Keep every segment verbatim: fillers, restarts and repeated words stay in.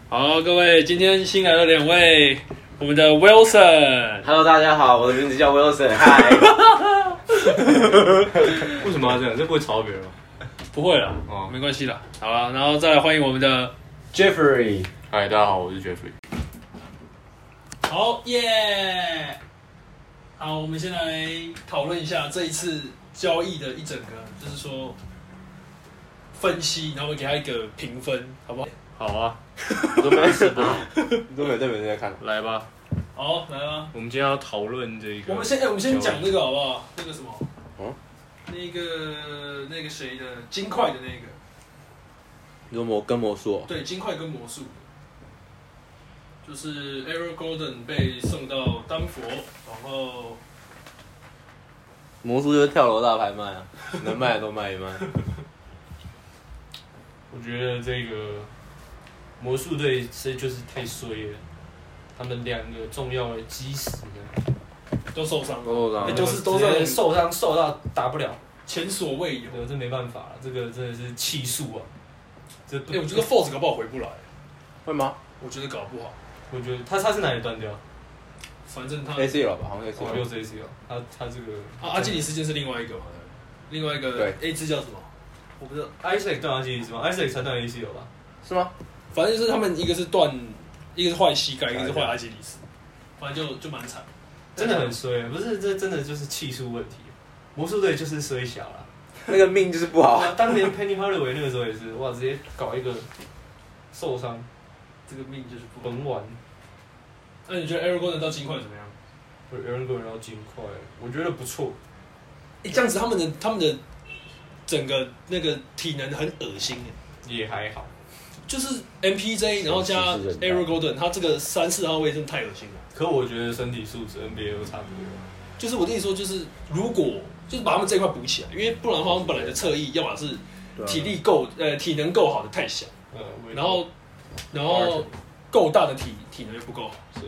好，各位，今天新来了两位，我们的 Wilson。Hello， 大家好，我的名字叫 Wilson。嗨。 为什么要这样？这不会吵别人吗？ 不会啦，哦，没关系啦。好了，然后再来欢迎我们的 Jeffrey。 嗨，大家好，我是 Jeffrey。 好耶！好，我们先来讨论一下这一次交易的一整个，就是说分析，然后我给他一个评分，好不好？ 好啊， 你都没在直播，你都没有在没在看， 来吧。 好，来吧。 我们今天要讨论这个。 我们先，哎、欸，我们先讲那个好不好？那个什么？ 嗯。 那个那个谁的金块的那个。 你说魔跟魔术、哦？ 对，金块跟魔术。就是 Aaron Gordon 被送到丹佛，然后魔术就是跳楼大拍卖啊，能卖的都卖一卖。 我觉得这个魔术队这就是太衰了，他们两个重要的基石都受伤， 都受伤， 欸、都是都是受伤受到打不了， 前所未有。 对，这没办法了，这个真的是气数啊。这哎、欸，我觉得 Force 搞不好回不来。 会吗？ 我觉得搞不好。 我觉得他他是哪里断掉？ 反正他 A C L 吧，好像 A C L。 哦，又是 A C L。他他这个啊，阿基里斯腱是另外一个嘛？另外一个 A 字叫什么？我不知道。 Isaac 断阿基里斯吗 ？Isaac 才断 A C L 吧？ 是吗？ 反正就是他们一个是断，一个是坏膝盖，一个是坏阿基里斯，反正就就蛮惨。 真的很衰，不是这真的就是气数问题。魔术队就是衰小啦， 那个命就是不好。 当年 Penny Hardaway 那个时候也是，哇，直接搞一个受伤， 这个命就是不好。 甭玩。 那你觉得 Aaron Gordon 到金块怎么样 ？Aaron Gordon 到金块，我觉得不错。 哎、欸，这样子他们的他们的整个那个体能很恶心哎。 也还好， 就是 M P J 然后加 Aaron Gordon， 他这个三四号位真的太恶心了。 可我觉得身体素质 N B A 都差不多。 就是我跟你说，就是如果就是把他们这块补起来，因为不然的话，他们本来的侧翼要么是体力够呃体能够好的太小， 嗯， 然后然后够大的体体能又不够好。 是。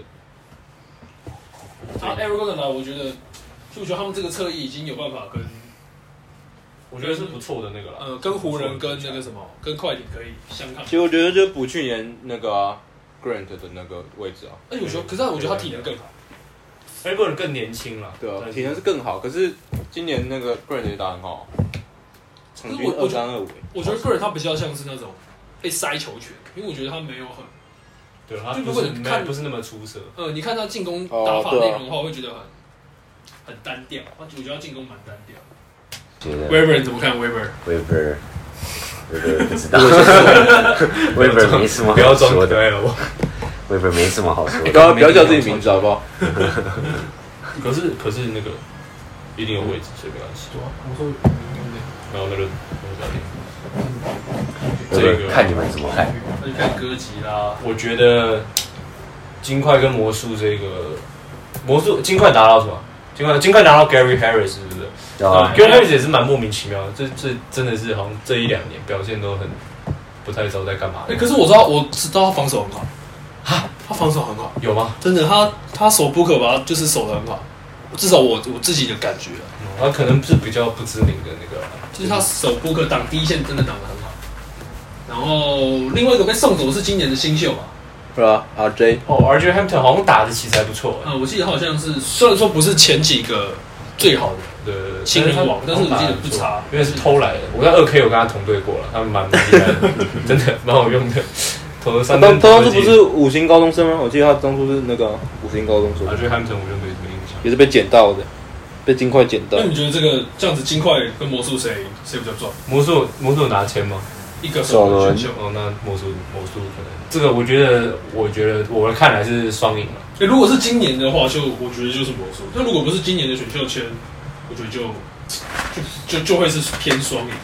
啊 Aaron Gordon 来，我觉得，所以我觉得他们这个侧翼已经有办法跟， 我觉得是不错的那个了。 呃，跟湖人跟那个什么跟快艇可以相抗。 其实我觉得就补去年那个、啊、Grant 的那个位置啊。 哎、欸，我觉得，可是我觉得他体能更好。 Aaron Gordon 更年轻了， 对啊，体能是更好。可是今年那个 Grant 也打很好，场均二三二五。 我觉得 Grant 他比较像是那种被塞球权，因为我觉得他没有很。 对，他不是看不是那么出色。 呃，你看他进攻打法内容的话，会觉得很很单调。我觉得他进攻蛮单调。Weber 你怎么看 ？Weber，Weber， Weber 不知道。Weber 没什么好说的。Weber 没什么好说的。 不要不要叫自己名字好不好？ 可是可是那个一定有位置，所以没关系。 我说， 然后那个教练。 这个看你们怎么看。 那就看哥吉拉。 我觉得金块跟魔术这个魔术，金块拿到什么？金块金块拿到 Gary Harris 是不是？啊 ，Gary Harris 也是蛮莫名其妙的，这这真的是好像这一两年表现都很不太知道在干嘛。 哎、欸，可是我知道，我知道他防守很好。哈，他防守很好， 有吗？ 真的，他他守 Booker 吧，就是守得很好。至少我我自己的感觉、啊嗯，他可能是比较不知名的那个， 就是他守 Booker 挡第一线真的挡得很好。然后另外一个被送走的是今年的新秀吧？ 是吧 ？R J 哦 ，R J Hampton 好像打的其实还不错。 呃，我记得好像是，虽然说不是前几个最好的对新人王，但是我记得不差， 因为是偷来的。我在二 K 我跟他同队过了，他们蛮厉害的，真的蛮好用的。投了三分。 他当初不是五星高中生吗？我记得他当初是那个五星高中生。 R J Hampton 我就没什么印象， 也是被捡到的，被金块捡到。 那你觉得这个这样子，金块跟魔术谁谁比较赚？ 魔术魔术拿签吗？ 一个首轮选秀哦，那魔术魔术可能这个，我觉得我觉得我看来是双赢了。 欸，如果是今年的话，就我觉得就是魔术；那如果不是今年的选秀签，我觉得就就就就会是偏双赢。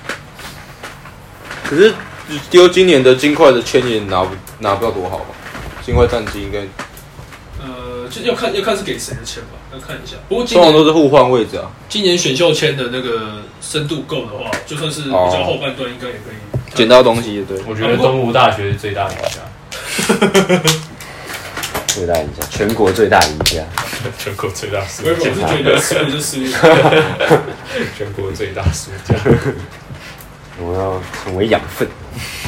可是丢今年的金块的签也拿不拿不到多好吧？金块战绩应该呃，就要看要看是给谁的签吧，要看一下。不过今通年常都是互换位置啊。 今年选秀签的那个深度够的话，就算是比较后半段，应该也可以捡到东西。对， 我觉得东吴大学是最大赢家， 最大赢家，全国最大赢家， 全国最大输家。我是觉得输了就输了， 全国最大输家。 我要成为养分。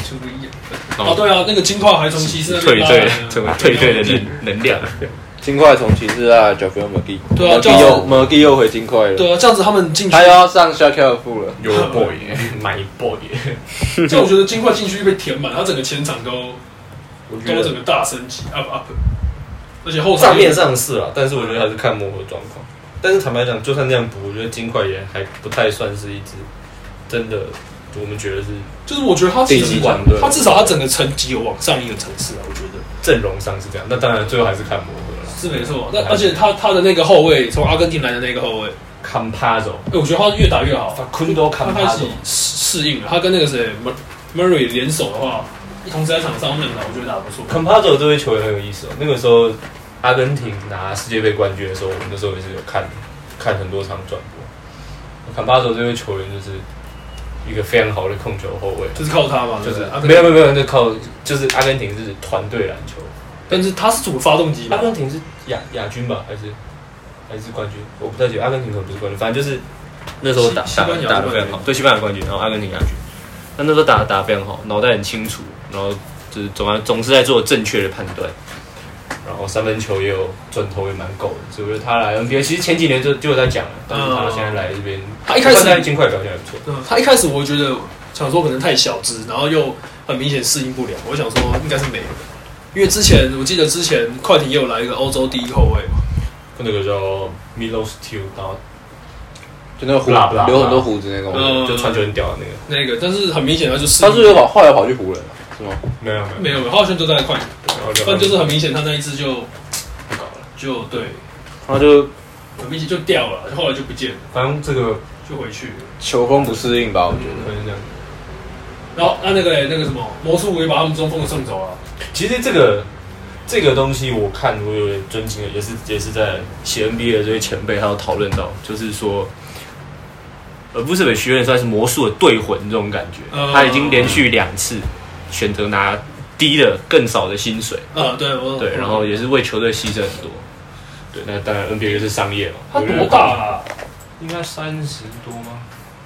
就不一样。哦，对啊，那个金块还从骑士那边退队，成为退队的能能量。 金块从骑士啊 JaVale McGee， 对啊， 又 McGee 又回金块了。 对啊，这样子他们进去， 他又要上 Shaquille 了。 有 boy，my boy。 这我觉得金块禁区被填满，他整个前场都都整个大升级 up up。而且后账面上是啦，但是我觉得还是看磨合状况。但是坦白讲，就算这样补，我觉得金块也还不太算是一支真的，我们觉得是， 就是我觉得他顶级团队， 他至少他整个层级有往上一个层次啊，我觉得阵容上是这样。那当然最后还是看磨合了， 是没错。但而且他他的那个后卫，从阿根廷来的那个后卫 Campazzo， 哎，我觉得他越打越好。 Facundo Campazzo 他开始适应了，他跟那个谁 Murray 联手的话，同时在场上面打，我觉得打不错。 Campazzo 这位球员很有意思哦，那个时候。阿根廷拿世界杯冠军的时候，我们那时候也是有看看很多场转播。坎巴佐这位球员就是一个非常好的控球后卫， 就是靠他嘛， 就是没有没有没有，那靠就是阿根廷是团队篮球， 但是他是主发动机。 阿根廷是亚亚军吧，还是还是冠军？我不太记得，阿根廷可能不是冠军，反正就是那时候打打打得非常好，对西班牙冠军，然后阿根廷亚军。那那时候打打得非常好，脑袋很清楚，然后就是总总是在做正确的判断。然后三分球也有转投也蛮够的，所以我觉得他来 N B A 其实前几年就就有在讲了，但是他现在来这边， 他一开始在金块表现还不错。 嗯，他一开始我觉得想说可能太小只，然后又很明显适应不了。我想说应该是没有，因为之前我记得之前快艇也有来一个欧洲第一后卫嘛， 那个叫 Milos Teal， 然后就那个胡留很多胡子那个， 嗯，就传球很屌的那个。 那个，但是很明显他就适应。他是有跑后来跑去湖人了，是吗？ 没有没有没有，他好像都在快艇。但就是很明显，他那一支就不搞了，就对， 他就很明显就掉了，后来就不见了。 反正这个就回去了， 球风不适应吧，我觉得可能这样。 然后那、啊、那个嘞，那个什么魔术也把他们中锋送走了。 其实这个这个东西，我看我有点尊敬的，也是也是在写 N B A 的这些前辈，还有讨论到，就是说，呃，布什韦学院算是魔术的队魂这种感觉，呃、他已经连续两次选择拿低的更少的薪水， 啊，对，我对，然后也是为球队牺牲很多，对，那当然 N B A 就是商业嘛。 他多大啊？ 应该三十多吗？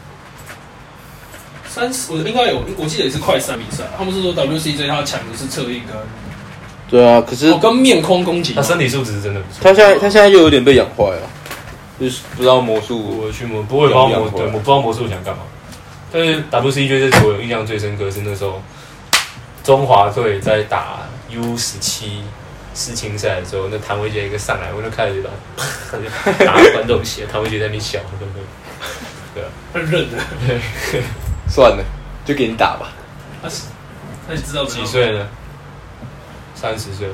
三十，我应该有，我记得也是快三比赛。他们是说 W C J 他抢的是侧翼跟， 对啊，可是、 哦、跟面空攻击， 他身体素质是真的不错。 他现在他现在又有点被养坏了，就是不知道魔术， 我去魔，不会帮魔，对，我不知道魔术想干嘛。但是 W C J 这球我印象最深刻是那时候。中华队在打 U 十七世青赛的时候，那谭维杰一个上来，我就开始把他就打观众席，谭维杰在那边笑，对不对？对啊， 他认的。 对， 算了，就给你打吧。 他他知道几岁呢？三十岁。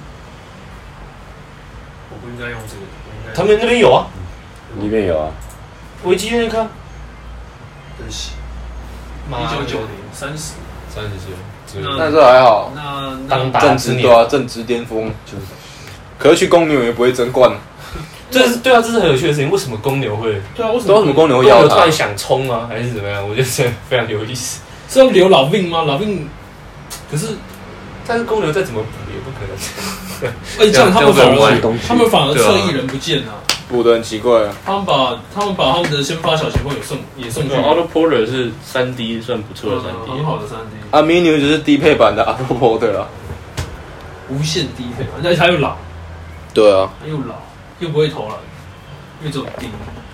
我不应该用这个。 他们那边有啊， 里面有啊。 维基那边看。 真是。一九九零，三十。 三十岁。 那时候还好， 那当正值对啊，正值巅峰，就是。可是去公牛也不会争冠， 这是对啊，这是很有趣的事情。为什么公牛会？ 对啊，为什么？为什么公牛会要他？ 突然想冲吗？还是怎么样？我觉得非常有意思。 是要留老兵吗？老兵，可是， 但是公牛再怎么补也不可能。 而且这样他们反而他们反而侧翼人不见了。 补的很奇怪啊！ 他们把他们把他们的先发小前锋也送也送去。 Otto Porter 是三 D 算不错的三 D， 很好的三 D。 阿米纽就是低配版的 Otto Porter 啊， 无限低配，而且他又老。 对啊， 他又老又不会投篮，又这种低，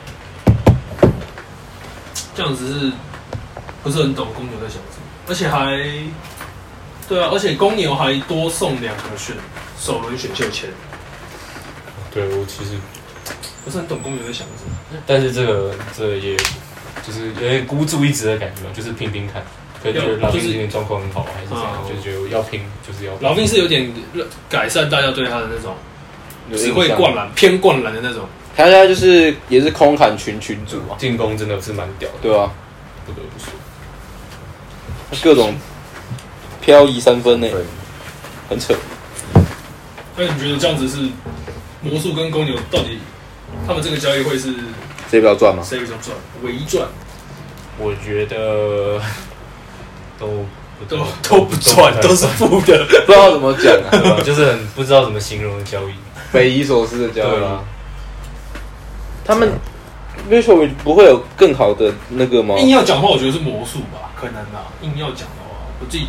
这样子是不是很懂公牛在想什么？而且还对啊，而且公牛还多送两个选首轮选秀签。 对我其实。 不是很懂公牛在想什么， 但是这个这也就是有点孤注一掷的感觉嘛，就是拼拼看，可觉得老兵今年状况很好，还是怎样，嗯、就觉得要拼就是要拼。 老兵是有点改善大家对他的那种只会灌篮、偏灌篮的那种。 他现在就是也是空砍群群主嘛， 进攻真的是蛮屌的， 对啊， 不得不说， 各种漂移三分呢，很扯。 那你觉得这样子是魔术跟公牛到底？他们这个交易会是谁比较赚吗？ 谁比较赚？唯一赚？ 我觉得都都都不赚，都是负的， 不知道怎么讲啊， 对吧？就是很不知道怎么形容的交易， 匪夷所思的交易。 对啊， 他们 Mitchell 不会有更好的那个吗？ 硬要讲的话，我觉得是魔术吧，可能啊。硬要讲的话，我自己觉得。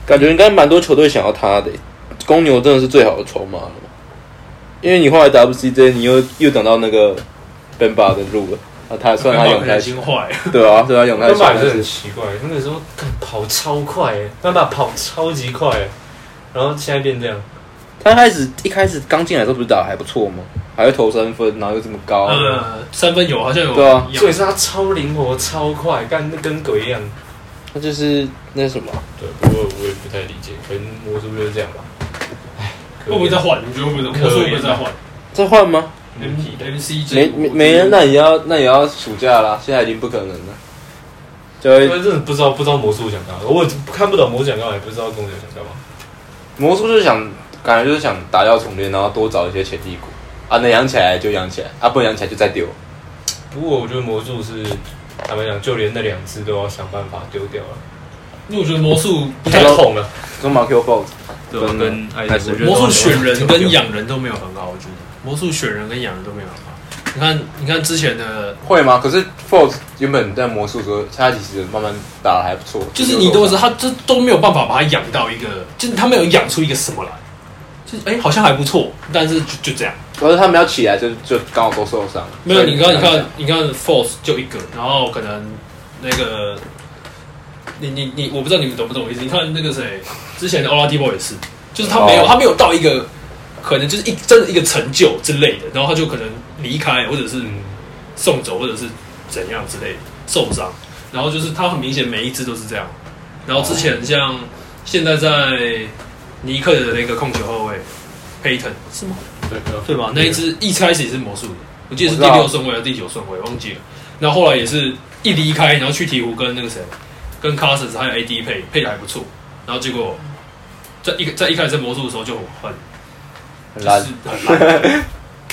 感觉应该蛮多球队想要他的。公牛真的是最好的筹码了，因为你后来 W C J 你又又等到那个 Bamba 的路了。啊，他算他永泰心坏， 对啊，对啊，永泰奔巴也是很奇怪，那个时候跑超快，奔巴跑超级快，然后现在变这样。 他开始一开始刚进来的时候不是打得还不错吗？还会投三分，然后又这么高。 呃，三分有好像有。 对啊， 所以是他超灵活、超快，干那跟鬼一样。 那就是那什么？ 对，不过我也不太理解，可能魔术就是这样吧。 唉，会不会再换？你觉得会不会？魔术会不会再换？ 再换吗？ M M C J 没没没人，那也要那也要暑假啦，现在已经不可能了。就会真的不知道不知道魔术想干嘛，我看不懂魔术想干嘛，也不知道公牛想干嘛。 魔术就是想，感觉就是想打掉重练，然后多找一些潜力股啊，能养起来就养起来，啊不能养起来就再丢。 不过我觉得魔术是坦白讲，就连那两只都要想办法丢掉了， 因为我觉得魔术不太痛了， 跟 Markel Fultz 跟跟艾斯， 魔术选人跟养人都没有很好，我觉得。魔术选人跟养人都没有很好。你看，你看之前的会吗？可是 Fultz 原本在魔术的时候，他其实慢慢打得还不错。 就是你懂我意思，他这都没有办法把他养到一个，就是他没有养出一个什么来，就是哎、欸、好像还不错，但是就就这样。 可是他们要起来就就刚好都受伤。 没有，你刚你看你看 Fultz 就一个，然后可能那个你你你，我不知道你们懂不懂我意思？你看那个谁之前的 Oladipo 也是，就是他没有、哦、他没有到一个。可能就是一真的一个成就之类的，然后他就可能离开，或者是送走，或者是怎样之类的受伤，然后就是他很明显每一支都是这样。然后之前像现在在尼克的那个控球后卫 Payton 是吗？ 对对吧？那一支一开始也是魔术的，我记得是第六顺位还是第九顺位，忘记了。然后后来也是一离开，然后去鹈鹕跟那个谁，跟 Cousins 还有 A D 配配的还不错，然后结果在一在一开始在魔术的时候就很。 很烂， 很烂。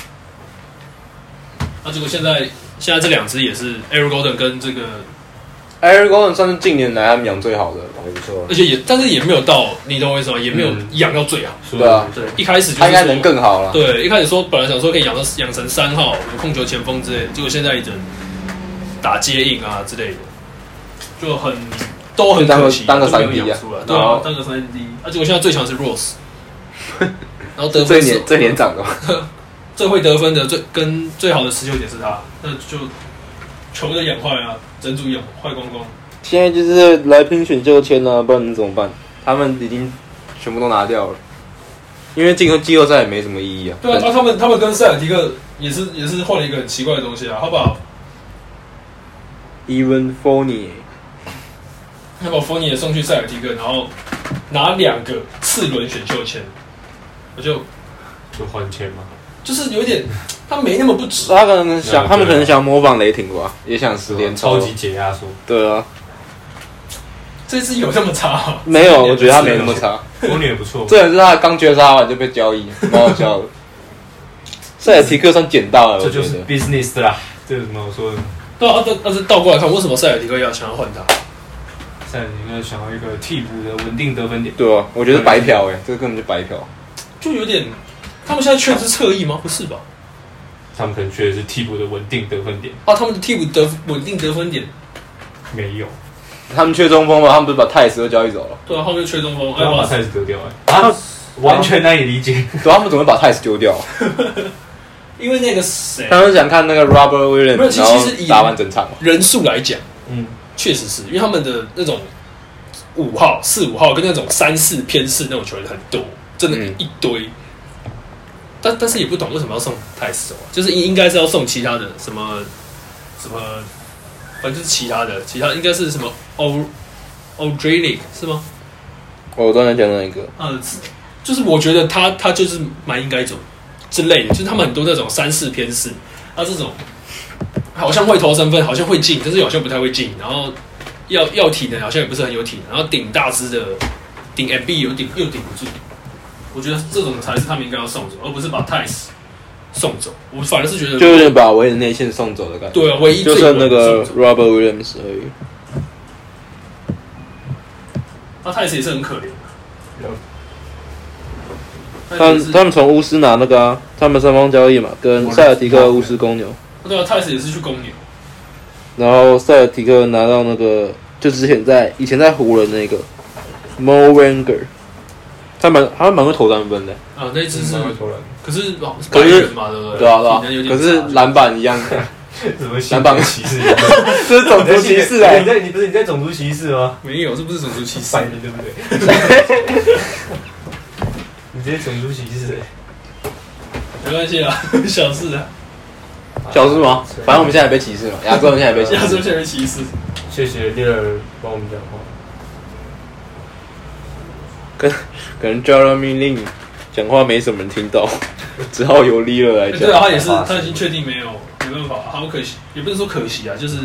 那结果现在现在这两只也是 Aaron Gordon 跟这个 Aaron Gordon 算是近年来他们养最好的，还不错。 而且也但是也没有到，你懂我意思吗？也没有养到最好。 对啊， 对，一开始就是他应该能更好了。 对，一开始说本来想说可以养到养成三号，有控球前锋之类的，结果现在一直打接应啊之类的，就很都很可惜， 当个三 D 啊，对啊，当个三 D。啊，结果现在最强是 Rose。然后得分最年最年长的嘛， 最会得分的最跟最好的持球点是他，那就球的养坏啊，整组养坏光光。 现在就是来拼选秀签啊，不然你怎么办？他们已经全部都拿掉了，因为进季后赛也没什么意义啊。 对啊，啊他们他们跟塞尔提克也是也是换了一个很奇怪的东西啊，他把 Evan Fournier， 他把 Fournier 送去塞尔提克，然后拿两个次轮选秀签。就就还钱嘛， 就是有点，他没那么不值。 他可能想，他们可能想模仿雷霆吧，也想十连超级解压缩。 对啊， 这次有这么差、啊？ 没有，我觉得他没那么差。 我也不错。 这也是他刚绝杀完就被交易，蛮好笑的。塞尔提克算捡到了， 这就是 business 啦，这有什么好说的？ 对啊，但但是倒过来看，为什么塞尔提克要想要换他？ 塞尔提克想要一个替补的稳定得分点。 对啊，我觉得白嫖哎、欸，这个根本就白嫖。 就有点，他们现在缺的是侧翼吗？不是吧？ 他们可能缺的是替补的稳定得分点。 啊，他们的替补得稳定得分点没有， 他们缺中锋嘛？他们不是把泰斯都交易走了？ 对啊，他们就缺中锋， 他把泰斯丢掉哎、欸，啊，完全难以理解。 对，他们怎么把泰斯丢掉？ 因为那个谁， 他们想看那个 Robert Williams， 然后打完整场人数来讲， 嗯， 确实是因为他们的那种五号、四五号跟那种三四偏四那种球员很多。真的一堆，嗯、但但是也不懂为什么要送泰斯哦，就是应该是要送其他的什么什么，反正就是其他的，其他应该是什么 O O'Dralic 是吗？ 我刚才讲的那个， 呃，就是我觉得他他就是蛮应该走之类的，就是他们很多那种三四偏四，他这种好像会投三分，好像会进，但是好像不太会进，然后要要体能好像也不是很有体能，然后顶大只的顶 M B 有顶又顶不住。我觉得这种才是他们应该要送走，而不是把泰斯送走。我反而是觉得， 就有点把唯一的内线送走的感觉。 对啊，唯一就剩那个 Robert Williams 而已。 那泰斯也是很可怜的。 他们他们从巫师拿那个啊，他们三方交易嘛，跟塞尔提克、巫师、公牛。 对啊，泰斯也是去公牛。 然后塞尔提克拿到那个，就之前在以前在湖人那个。 Mo Wenger， 他蛮他蛮会投三分的。 啊，那一支是蛮会投篮， 可是白人嘛，对不对？ 对啊对啊，可是篮板一样。 什么篮板歧视？ 这是种族歧视哎！ 你在你不是你在种族歧视吗？ 没有，这不是种族歧视， 对不对？你这些种族歧视哎， 没关系啦，小事啊。 小事吗？反正我们现在也被歧视嘛，亚洲人现在也被歧视。 亚洲现在被歧视。 谢谢猎人帮我们讲话。 跟跟 Jeremy Lin 讲话没什么人听到，只好由 Lillard 来讲。 对啊，他也是，他已经确定没有。没办法，好可惜，也不是说可惜啊，就是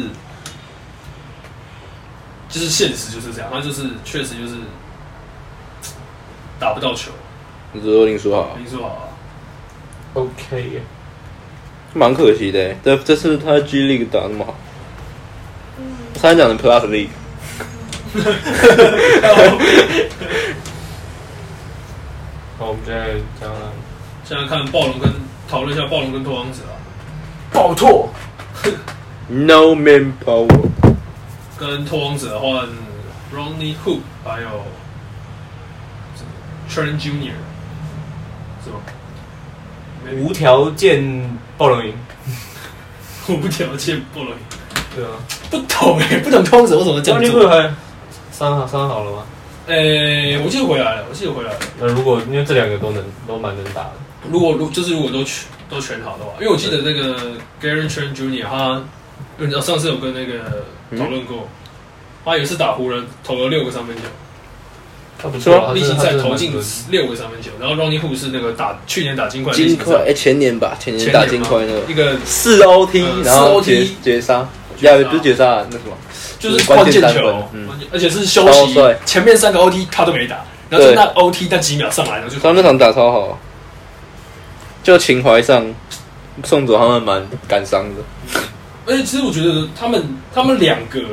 就是现实就是这样，他就是确实就是打不到球。 你说林书豪， 林书豪啊 ，OK， 蛮可惜的。这这次他 G League 打那么好，他讲的 Plus League。 好，我们现在讲了， 现在看暴龙跟讨论一下暴龙跟拓荒者啊。 暴拓 ，No Manpower， 跟拓荒者换 Ronnie Hood 还有 Trent Junior 是吗？ 无条件暴龙赢， 无条件暴龙赢。 对啊， 不懂哎、欸，不懂拓荒者为什么这样做？ Ronnie Hood 还伤好伤好了吗？ 诶、欸，我记得回来了，我记得回来了。 那如果因为这两个都能都蛮能打的， 如果如就是如果都全都全好的话，因为我记得那个 Gary Trent Junior 他，因为上次有跟那个讨论过，嗯、他有一次打湖人投了六个三分球， 他不错， 例行赛投进六个三分球，然后 Ronnie Hood 是那个打去年打金块， 金块哎、欸、前年吧，前年打金块那个一个四 O T，、呃、然后绝绝杀，呀不是绝杀、啊，那什么。 就是关键球，嗯、而且是休息，前面三个 O T 他都没打，然后就那 O T 那几秒上来，然后就他们那场打超好，就情怀上送走他们蛮感伤的。 而且其实我觉得他们他们两个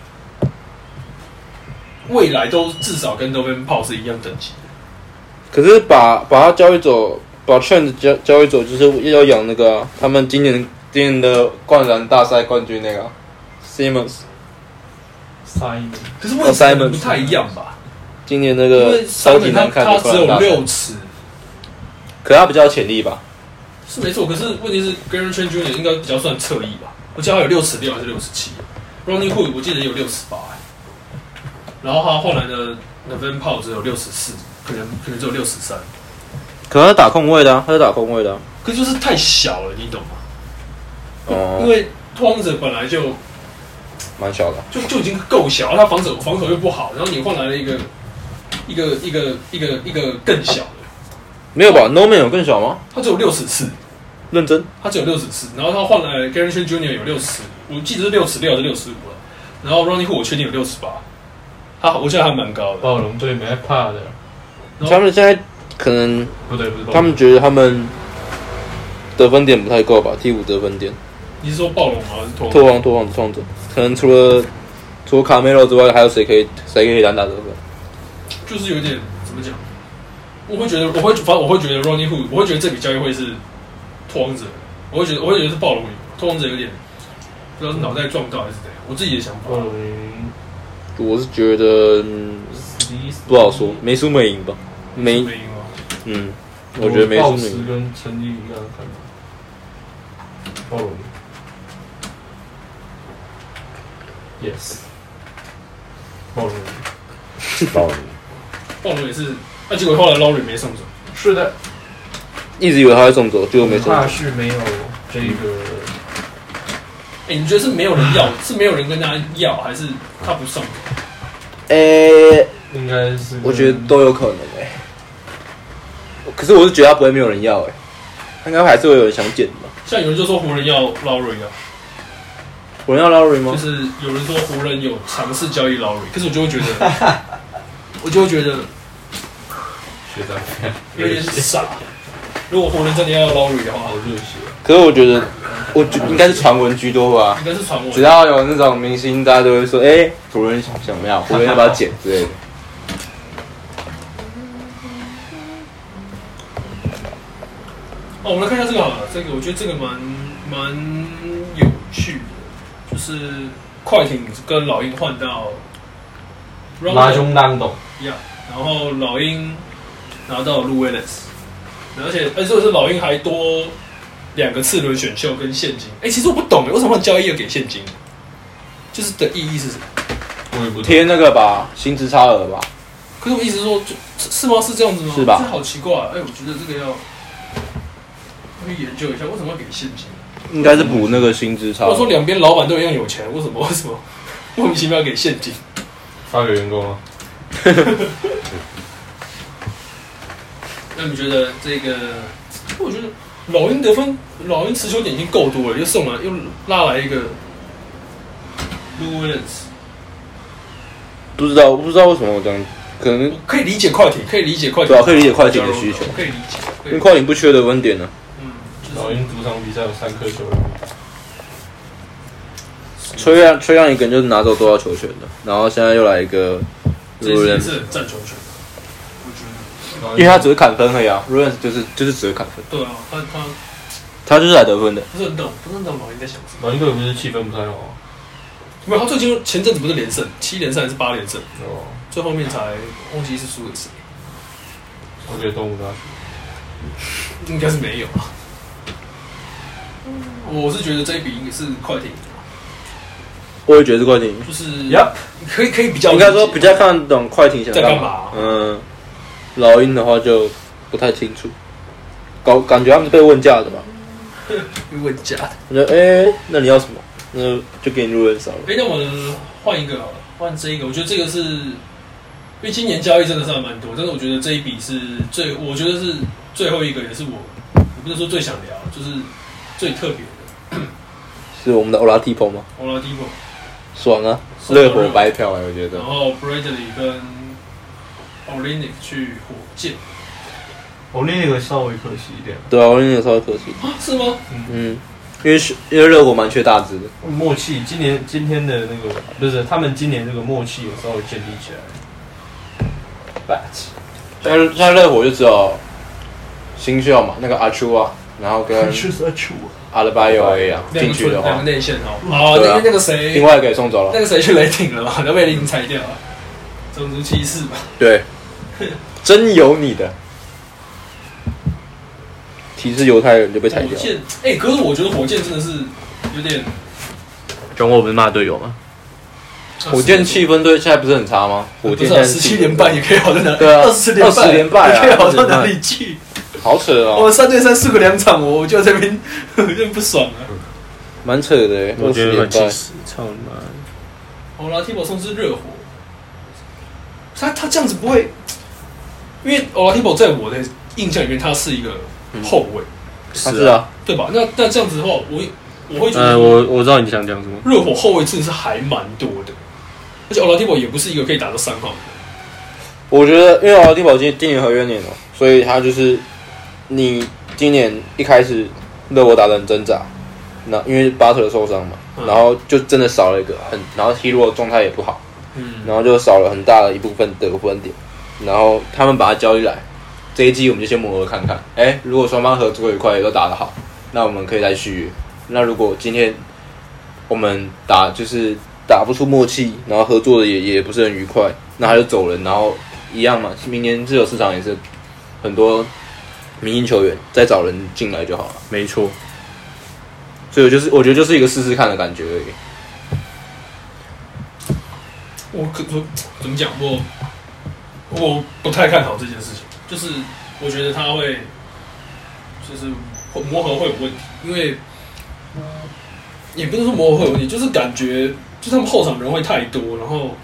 未来都至少跟 Norman Powell 是一样等级的。 可是把把他交易走，把 Trent 交交易走，就是要养那个、啊、他们今年今年的灌篮大赛冠军那个、啊、Simmons。 可是问题不太一样吧？ 今年那个超级难看的， 他只有六尺， 可他比较有潜力吧？ 是没错，可是问题是 Gary Trent Junior 应该比较算侧翼吧？我记得他有六尺六还是六尺七 ？Ronnie Hood 我记得有六尺八，然后他后来的 Norman Powell 只有六尺四，可能可能只有六尺三。 可他打控卫的、啊，他是打控卫的、啊， 可是就是太小了，你懂吗？ 哦， 因为拓荒者本来就。 蛮小的， 就就已经够小，他防守防守又不好，然后你换来了一个一个一个一个一个更小的， 没有吧 ？Norman 有更小吗？ 他只有六尺四， 认真， 他只有六尺四，然后他换来 Gary Trent Junior 有六尺，我记得是六尺六还是六尺五了，然后 Ronnie Hood 我确定有六尺八，他我记得还蛮高的。 暴龙队没怕的， 他们现在可能不对不对， 他们觉得他们得分点不太够吧，第五得分点。 你是说暴龙吗？还是拓拓荒拓荒拓荒者？可能除了除了卡梅罗之外，还有谁可以谁可以单打得分？ 就是有点怎么讲？我会觉得，我会反正我会觉得 Ronnie Hood， 我会觉得这笔交易会是拓荒者，我会觉得我会觉得是暴龙赢，拓荒者有点不知道是脑袋撞到还是怎样，我自己的想法。 暴龙我是觉得、嗯、不好说，没输没赢吧？没没赢吗？ 嗯，我觉得没输没赢。 跟陈立一样看法。暴龙。Yes， 暴龙， 暴龙， 暴龙也是，那、啊、结果后来 Lowry 没送走。 是的， 一直以为他会送走，结果没送走。 怕是没有这个。 哎、欸，你觉得是没有人要，是没有人跟他要，还是他不送？ 呃、欸， 应该是， 我觉得都有可能哎、欸。可是我是觉得他不会没有人要哎、欸，应该还是会有人想捡吧。 像有人就说湖人要 Lowry 啊。 湖人要 Lowry 吗？ 就是有人说湖人有尝试交易 Lowry， 可是我就会觉得，我就会觉得学长有点傻。如果湖人真的要 Lowry 的话， 好热血。 可是我觉得，我觉应该是传闻居多吧。 应该是传闻。 只要有那种明星，大家都会说，哎、欸，湖人想想不要，湖人要不要捡之类的。 哦，我们来看一下这个好了，这个我觉得这个蛮蛮有趣的。就是快艇跟老鹰换到马中当董呀， 然后老鹰拿到路威廉斯，而且而且这个是老鹰还多两个次轮选秀跟现金。哎，其实我不懂，为什么交易要给现金？就是的意义是什么？ 我也不贴那个吧，薪资差额吧。 可是我意思是说，就是吗？是这样子吗？ 是吧？ 这好奇怪、啊。哎，我觉得这个要去研究一下，为什么要给现金？ 应该是补那个薪资差额。 我说两边老板都一样有钱，为什么？为什么莫名其妙给现金？ 发给员工啊？ 那你觉得这个？我觉得老鹰得分，老鹰持球点已经够多了，又送了，又拉来一个 Lou Williams。 不知道，我不知道为什么我这样，可能可以理解快艇，可以理解快艇， 对啊，可以理解快艇的需求， 可以理解， 因为快艇不缺得分点呢、 啊。嗯， 就是、老鹰主场比赛有三颗球员。 吹让吹让一个人就拿走多少球权的，然后现在又来一个， 这也是很占球权，我觉得，因为他只会砍分而已啊 ，Rulens 就是就是只会砍分。 对啊，他他他就是来得分的。 不是很懂，不是很懂老鹰在想什么。 老鹰队不是气氛不太好啊？ 没有，他最近前阵子不是连胜，七连胜还是八连胜？ 哦， 最后面才忘记是输给谁。 我觉得东吴大学应该是没有啊。我是觉得这一笔应该是快艇。 我也觉得是快艇， 就是，可以可以比较， 应该说比较看懂快艇想在干嘛。 嗯，老鹰的话就不太清楚，搞感觉他们是被问价的吧？ 被问价的。 我觉得，哎、欸，那你要什么？那就给你入人少了。 哎、欸，那我们换一个好了，换这一个。我觉得这个是，因为今年交易真的是还蛮多，但是我觉得这一笔是最，我觉得是最后一个，也是我，我不是说最想聊，就是最特别的。 是我们的 Oladipo 吗 ？Oladipo。 爽啊！热火白嫖哎，我觉得。 然后 Bradley 跟 Olynyk 去火箭 ，Olynyk 稍微可惜一点。 对啊 ，Olynyk 稍微可惜。 啊，是吗？ 嗯，因为因为热火蛮缺大只的。 默契，今年今天的那个不是他们今年这个默契有稍微建立起来。But， 现在现在热火就只有新秀嘛，那个阿丘啊，然后跟阿德巴约而已啊，进去的话， 两个内线哦，哦，那个那个谁， 另外给送走了， 那个谁去雷霆了嘛，都被雷霆裁掉了，种族歧视吧？ 对，真有你的，歧视犹太人就被裁掉。 火箭，哎、欸，可是我觉得火箭真的是有点， 中国不是骂队友吗？火箭气氛队现在不是很差吗？火箭现在十七连败也可以好到哪？ 对啊， 二十连败， 连败也可以好到哪里去？ 好扯哦！ 我三对三输个两场，我就在这边有点不爽啊。 蛮扯的哎， 我觉得很气死，操你妈！ 好啦 ，Oladipo 送是热火，他他这样子不会，因为 Oladipo 在我的印象里面，他是一个后卫， 是啊， 对吧？那那这样子的话，我我会觉得， 呃，我我知道你想讲什么。 热火后卫真的是还蛮多的，而且 Oladipo 也不是一个可以打到三号的。 我觉得，因为 Oladipo 今今年合约年了，所以他就是。你今年一开始热火打得很挣扎，那因为巴特受伤嘛，嗯、然后就真的少了一个很，然后 Hero 状态也不好，嗯，然后就少了很大的一部分得分点，然后他们把他交易来，这一季我们就先磨合看看，哎、欸，如果双方合作愉快也都打得好，那我们可以再续约。那如果今天我们打就是打不出默契，然后合作的也也不是很愉快，那他就走人，然后一样嘛，明年自由市场也是很多。明星球员再找人进来就好了， 没错。 所以我就是我觉得就是一个试试看的感觉而已。 我可怎么讲？我我不太看好这件事情，就是我觉得他会就是磨合会有问题，因为也不是说磨合会有问题，就是感觉就是他们后场人会太多，然后。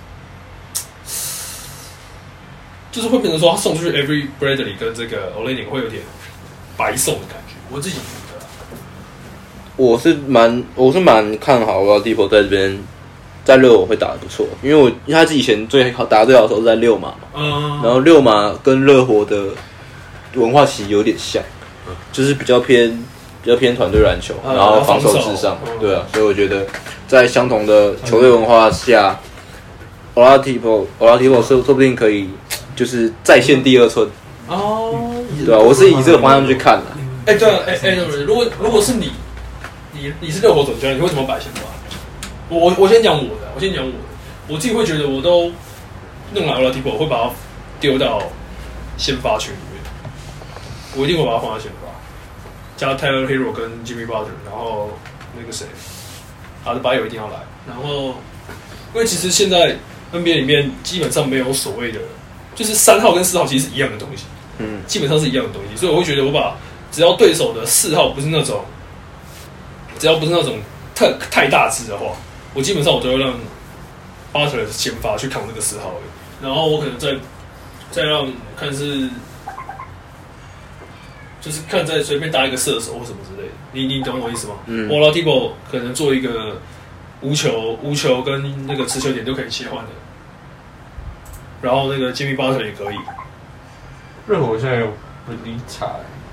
就是会变成说，他送出去 Avery Bradley 跟这个 Olynyk 会有点白送的感觉，我自己觉得。 我是蛮我是蛮看好 Oladipo 在这边在六马会打得不错，因为我因为他是以前最好打得最好的时候是在六马嘛，嗯，然后六马跟热火的文化其实有点像，就是比较偏比较偏团队篮球，然后防守至上，嗯、对啊，所以我觉得在相同的球队文化下 ，Oladipo Oladipo 说说不定可以。就是再现第二春哦，对啊，我是以这个方向去看的。 哎、欸，对啊，哎、欸、哎、欸，如果如果是你，你你是热火总教练，你为什么摆先发？我我先讲我的，我先讲我的，我自己会觉得我都弄来 Oladipo，我会把他丢到先发群里面，我一定会把他放在先发，加 Tyler Hero 跟 Jimmy Butler， 然后那个谁，阿德巴约一定要来，然后因为其实现在 N B A 里面基本上没有所谓的，就是三号跟四号其实是一样的东西，嗯，基本上是一样的东西，所以我会觉得我把只要对手的四号不是那种，只要不是那种太太大只的话，我基本上我都会让 Butler 先发去扛这个四号而已，然后我可能再再让看是。就是看再随便搭一个射手或什么之类的，你你懂我意思吗？嗯 Oladipo 可能做一个无球、无球跟那个持球点都可以切换的，然后那个 Jimmy Butler 也可以。 热火现在有不理睬。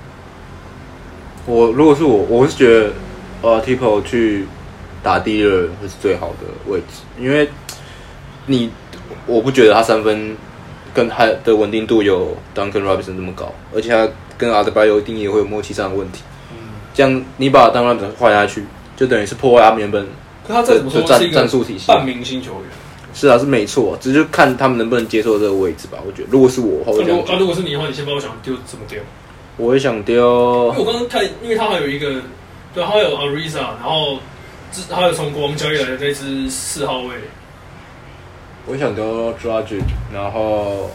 我如果是我，我是觉得 Oladipo 去打第二会是最好的位置，因为你我不觉得他三分跟他的稳定度有 Duncan Robinson 那么高，而且他跟阿德巴约一定也会有默契上的问题。嗯，这样你把 Duncan Robinson 换下去，就等于是破坏他们原本可他再怎么说是一个战术体系半明星球员。 是啊，是没错，只是看他们能不能接受这个位置吧。我觉得，如果是我的话，我这样。 啊，如果是你的话，你先把我想丢怎么丢？ 我会想丢。 因为我刚刚看，因为他还有一个，对，他有 Ariza， 然后他有从国王交易来的那支四号位。 我想丢 Dragic， 然后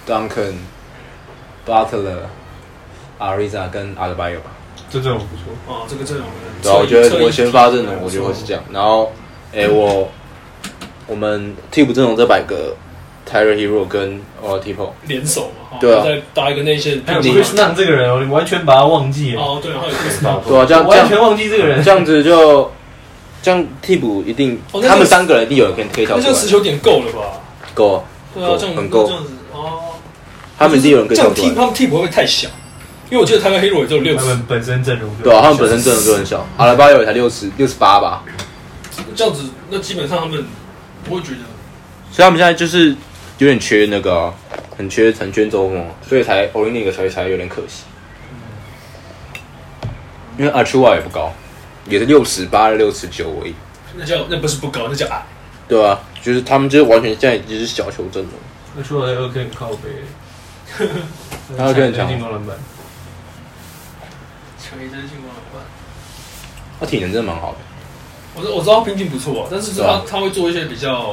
Duncan、Butler、Ariza 跟阿德巴约吧。 这阵容不错啊，这个阵容。 对，我觉得我先发阵容，我觉得会是这样。然后，哎、欸，我我们替补阵容这百个 Tyler Hero 跟 Oladipo 联手嘛， 对啊， 再搭一个内线。 还有 Chris Nunn 这个人哦，你完全把他忘记了。 哦，对，还有 Chris Nunn， 对啊，这样完全忘记这个人， 这样子就这样替补一定，哦、他们三个人一定有人可以可以跳出来。 那这持球点够了吧？ 够啊， 对啊，这样很够。 这样子哦， 他们一定有人可以跳出来。 这样替他们替补会不会太小？因为我记得台湾黑罗也只有六十， 他们本身阵容对啊，他们本身阵容就很小，阿拉巴约也才六十六十八吧。 这样子，那基本上他们不会觉得， 所以他们现在就是有点缺那个、啊，很缺很缺中锋，所以才欧林那个才才有点可惜。因为阿丘瓦也不高，也是六十八、六十九而已。 那叫那不是不高，那叫矮。 对啊，就是他们就是完全现在就是小球阵容。 阿丘瓦在二 K 很靠背。 他二 K 很强。 进攻篮板。 强一针进攻篮板。 他体能真的蛮好的。 我知我知道他拼劲不错啊，但是他、啊、他会做一些比较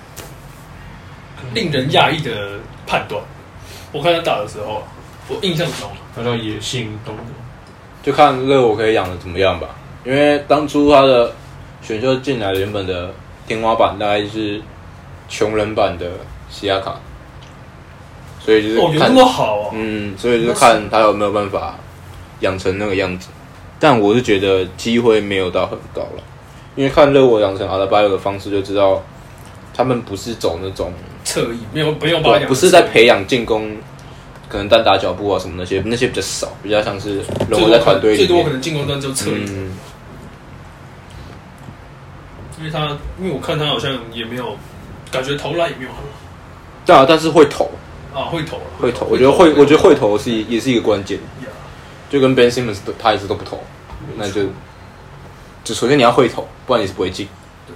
令人讶异的判断。我看他打的时候，我印象中他叫野性动的， 就看热火可以养的怎么样吧。因为当初他的选秀进来原本的天花板大概是穷人版的西亚卡，所以就是看哦，有那么好啊？ 嗯，所以就看他有没有办法养成那个样子。但我是觉得机会没有到很高了。因为看热火养成阿德巴约的方式，就知道他们不是走那种侧翼，没有没有把不是在培养进攻，可能单打脚步啊什么那些，那些比较少，比较像是融合在团队里面。 最多可能进攻端就侧翼、 嗯， 因为他因为我看他好像也没有感觉投篮也没有很好。 对啊，但是会投啊，会投， 会投。我觉得会，我觉得会投是也是一个关键，就跟 Ben Simmons 他一直都不投，那就。就首先你要会投，不然你是不会进。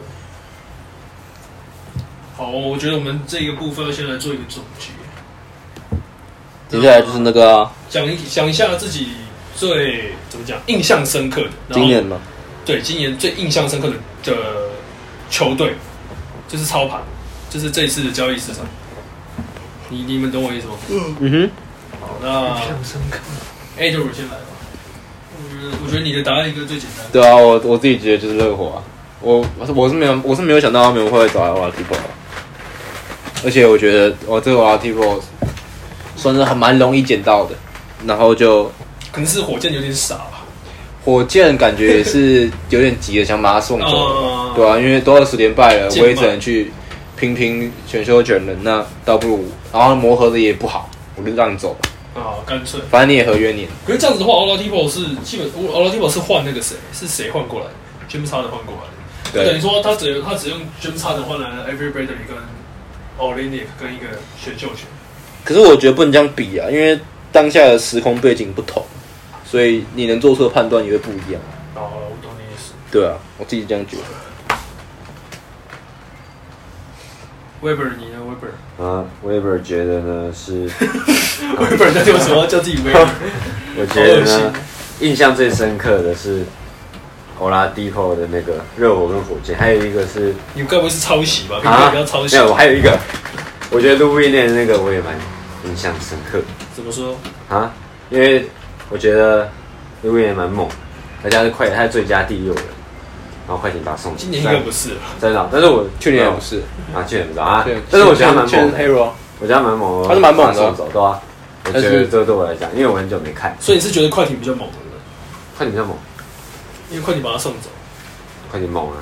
好，我觉得我们这个部分先来做一个总结。 接下来就是那个讲、啊、一讲一下自己最怎么讲印象深刻的。 今年吗？ 对，今年最印象深刻的的球队就是操盘，就是这一次的交易市场。你你们懂我意思吗？嗯嗯哼。好，那印象深刻。A 就我先来吧。我觉得你的答案一个最简单。 对啊，我我自己觉得就是热火啊。我我是没有我是没有想到他们会找来 Oladipo， 而且我觉得我这个 Oladipo 算是还蛮容易捡到的，然后就可能是火箭有点傻吧。 火箭感觉也是有点急的想把他送走了，对啊，因为都二十连败了，我也只能去拼拼选秀权了，那倒不如然后磨合的也不好，我就让你走吧。 啊，干脆， 反正你也合约年。 可是这样子的话 ，Oladipo 是基本 ，Oladipo 是换那个谁？是谁换过来的 ？James Harden 换过来的。对，等于说他只他只用 James Harden 换来了 Avery Bradley 跟 Olynyk 跟一个选秀权。 可是我觉得不能这样比啊，因为当下的时空背景不同，所以你能做出的判断也会不一样。 哦，我懂你意思。 对啊，我自己这样觉得。 Weber 你呢 Weber？ 啊 ，Weber 觉得呢是 Weber 那为什么要叫自己 Weber？ 我觉得呢，印象最深刻的是 Oladipo 的那个热火跟火箭，还有一个是你该不会是抄袭吧？ 啊， 不要抄袭。 没有，我还有一个，我觉得 Lou Williams 那个我也蛮印象深刻。 怎么说？ 啊，因为我觉得 Lou Williams 蛮猛，而且他是快，他是最佳第六人。然后快艇把他送走， 今年应该不是了， 真的，但是我去年也不是啊，去年不知道啊，但是我觉得他蛮猛的 ，Hero， 我觉得他蛮猛的， 他是蛮猛的， 送走对啊，我觉得这对我来讲，因为我很久没看， 所以你是觉得快艇比较猛的？ 快艇比较猛， 因为快艇把他送走， 快艇猛啊，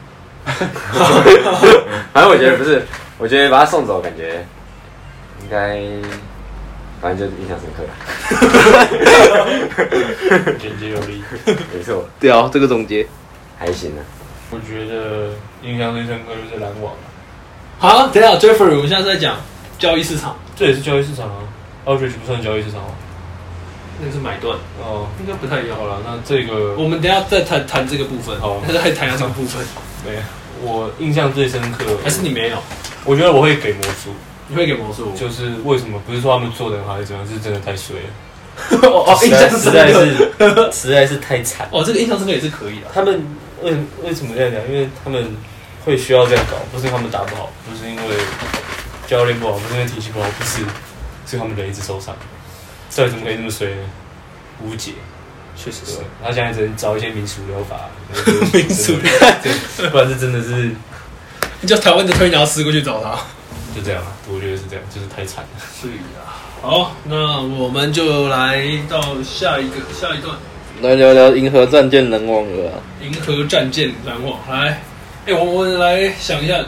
反正我觉得不是，我觉得把他送走，感觉应该，反正就是印象深刻， 简洁有力， 没错， 对啊，这个总结。 还行啊， 我觉得印象最深刻就是篮网啊。 好，等一下 ，Jeffrey， 我们现在在讲交易市场， 这也是交易市场啊。Aldridge 不算交易市场吗？ 那个是买断哦， 应该不太一样。 好了，那这个我们等一下再谈谈这个部分。 好， 再谈一下这个部分。 没有，我印象最深刻， 还是你没有？ 我觉得我会给魔术。 你会给魔术？ 就是为什么不是说他们做的很好，还是怎样？是真的太衰了。 哦哦，印象实在是实在是太惨。 哦，这个印象深刻也是可以的。 他们为为什么这样讲？因为他们会需要这样搞，不是因为他们打不好，不是因为教练不好，不是因为体系不好，不是，是他们人一直受伤。到底怎么可以这么衰呢？无解。 确实是。 他现在只能找一些民俗疗法， 民俗疗， 不然是真的是。 你叫台湾的推拿师过去找他。 就这样啊，我觉得是这样，就是太惨了。 是啊。好，那我们就来到下一个下一段， 来聊聊银河战舰篮网了、啊。 银河战舰篮网，来，哎、欸，我我们来想一下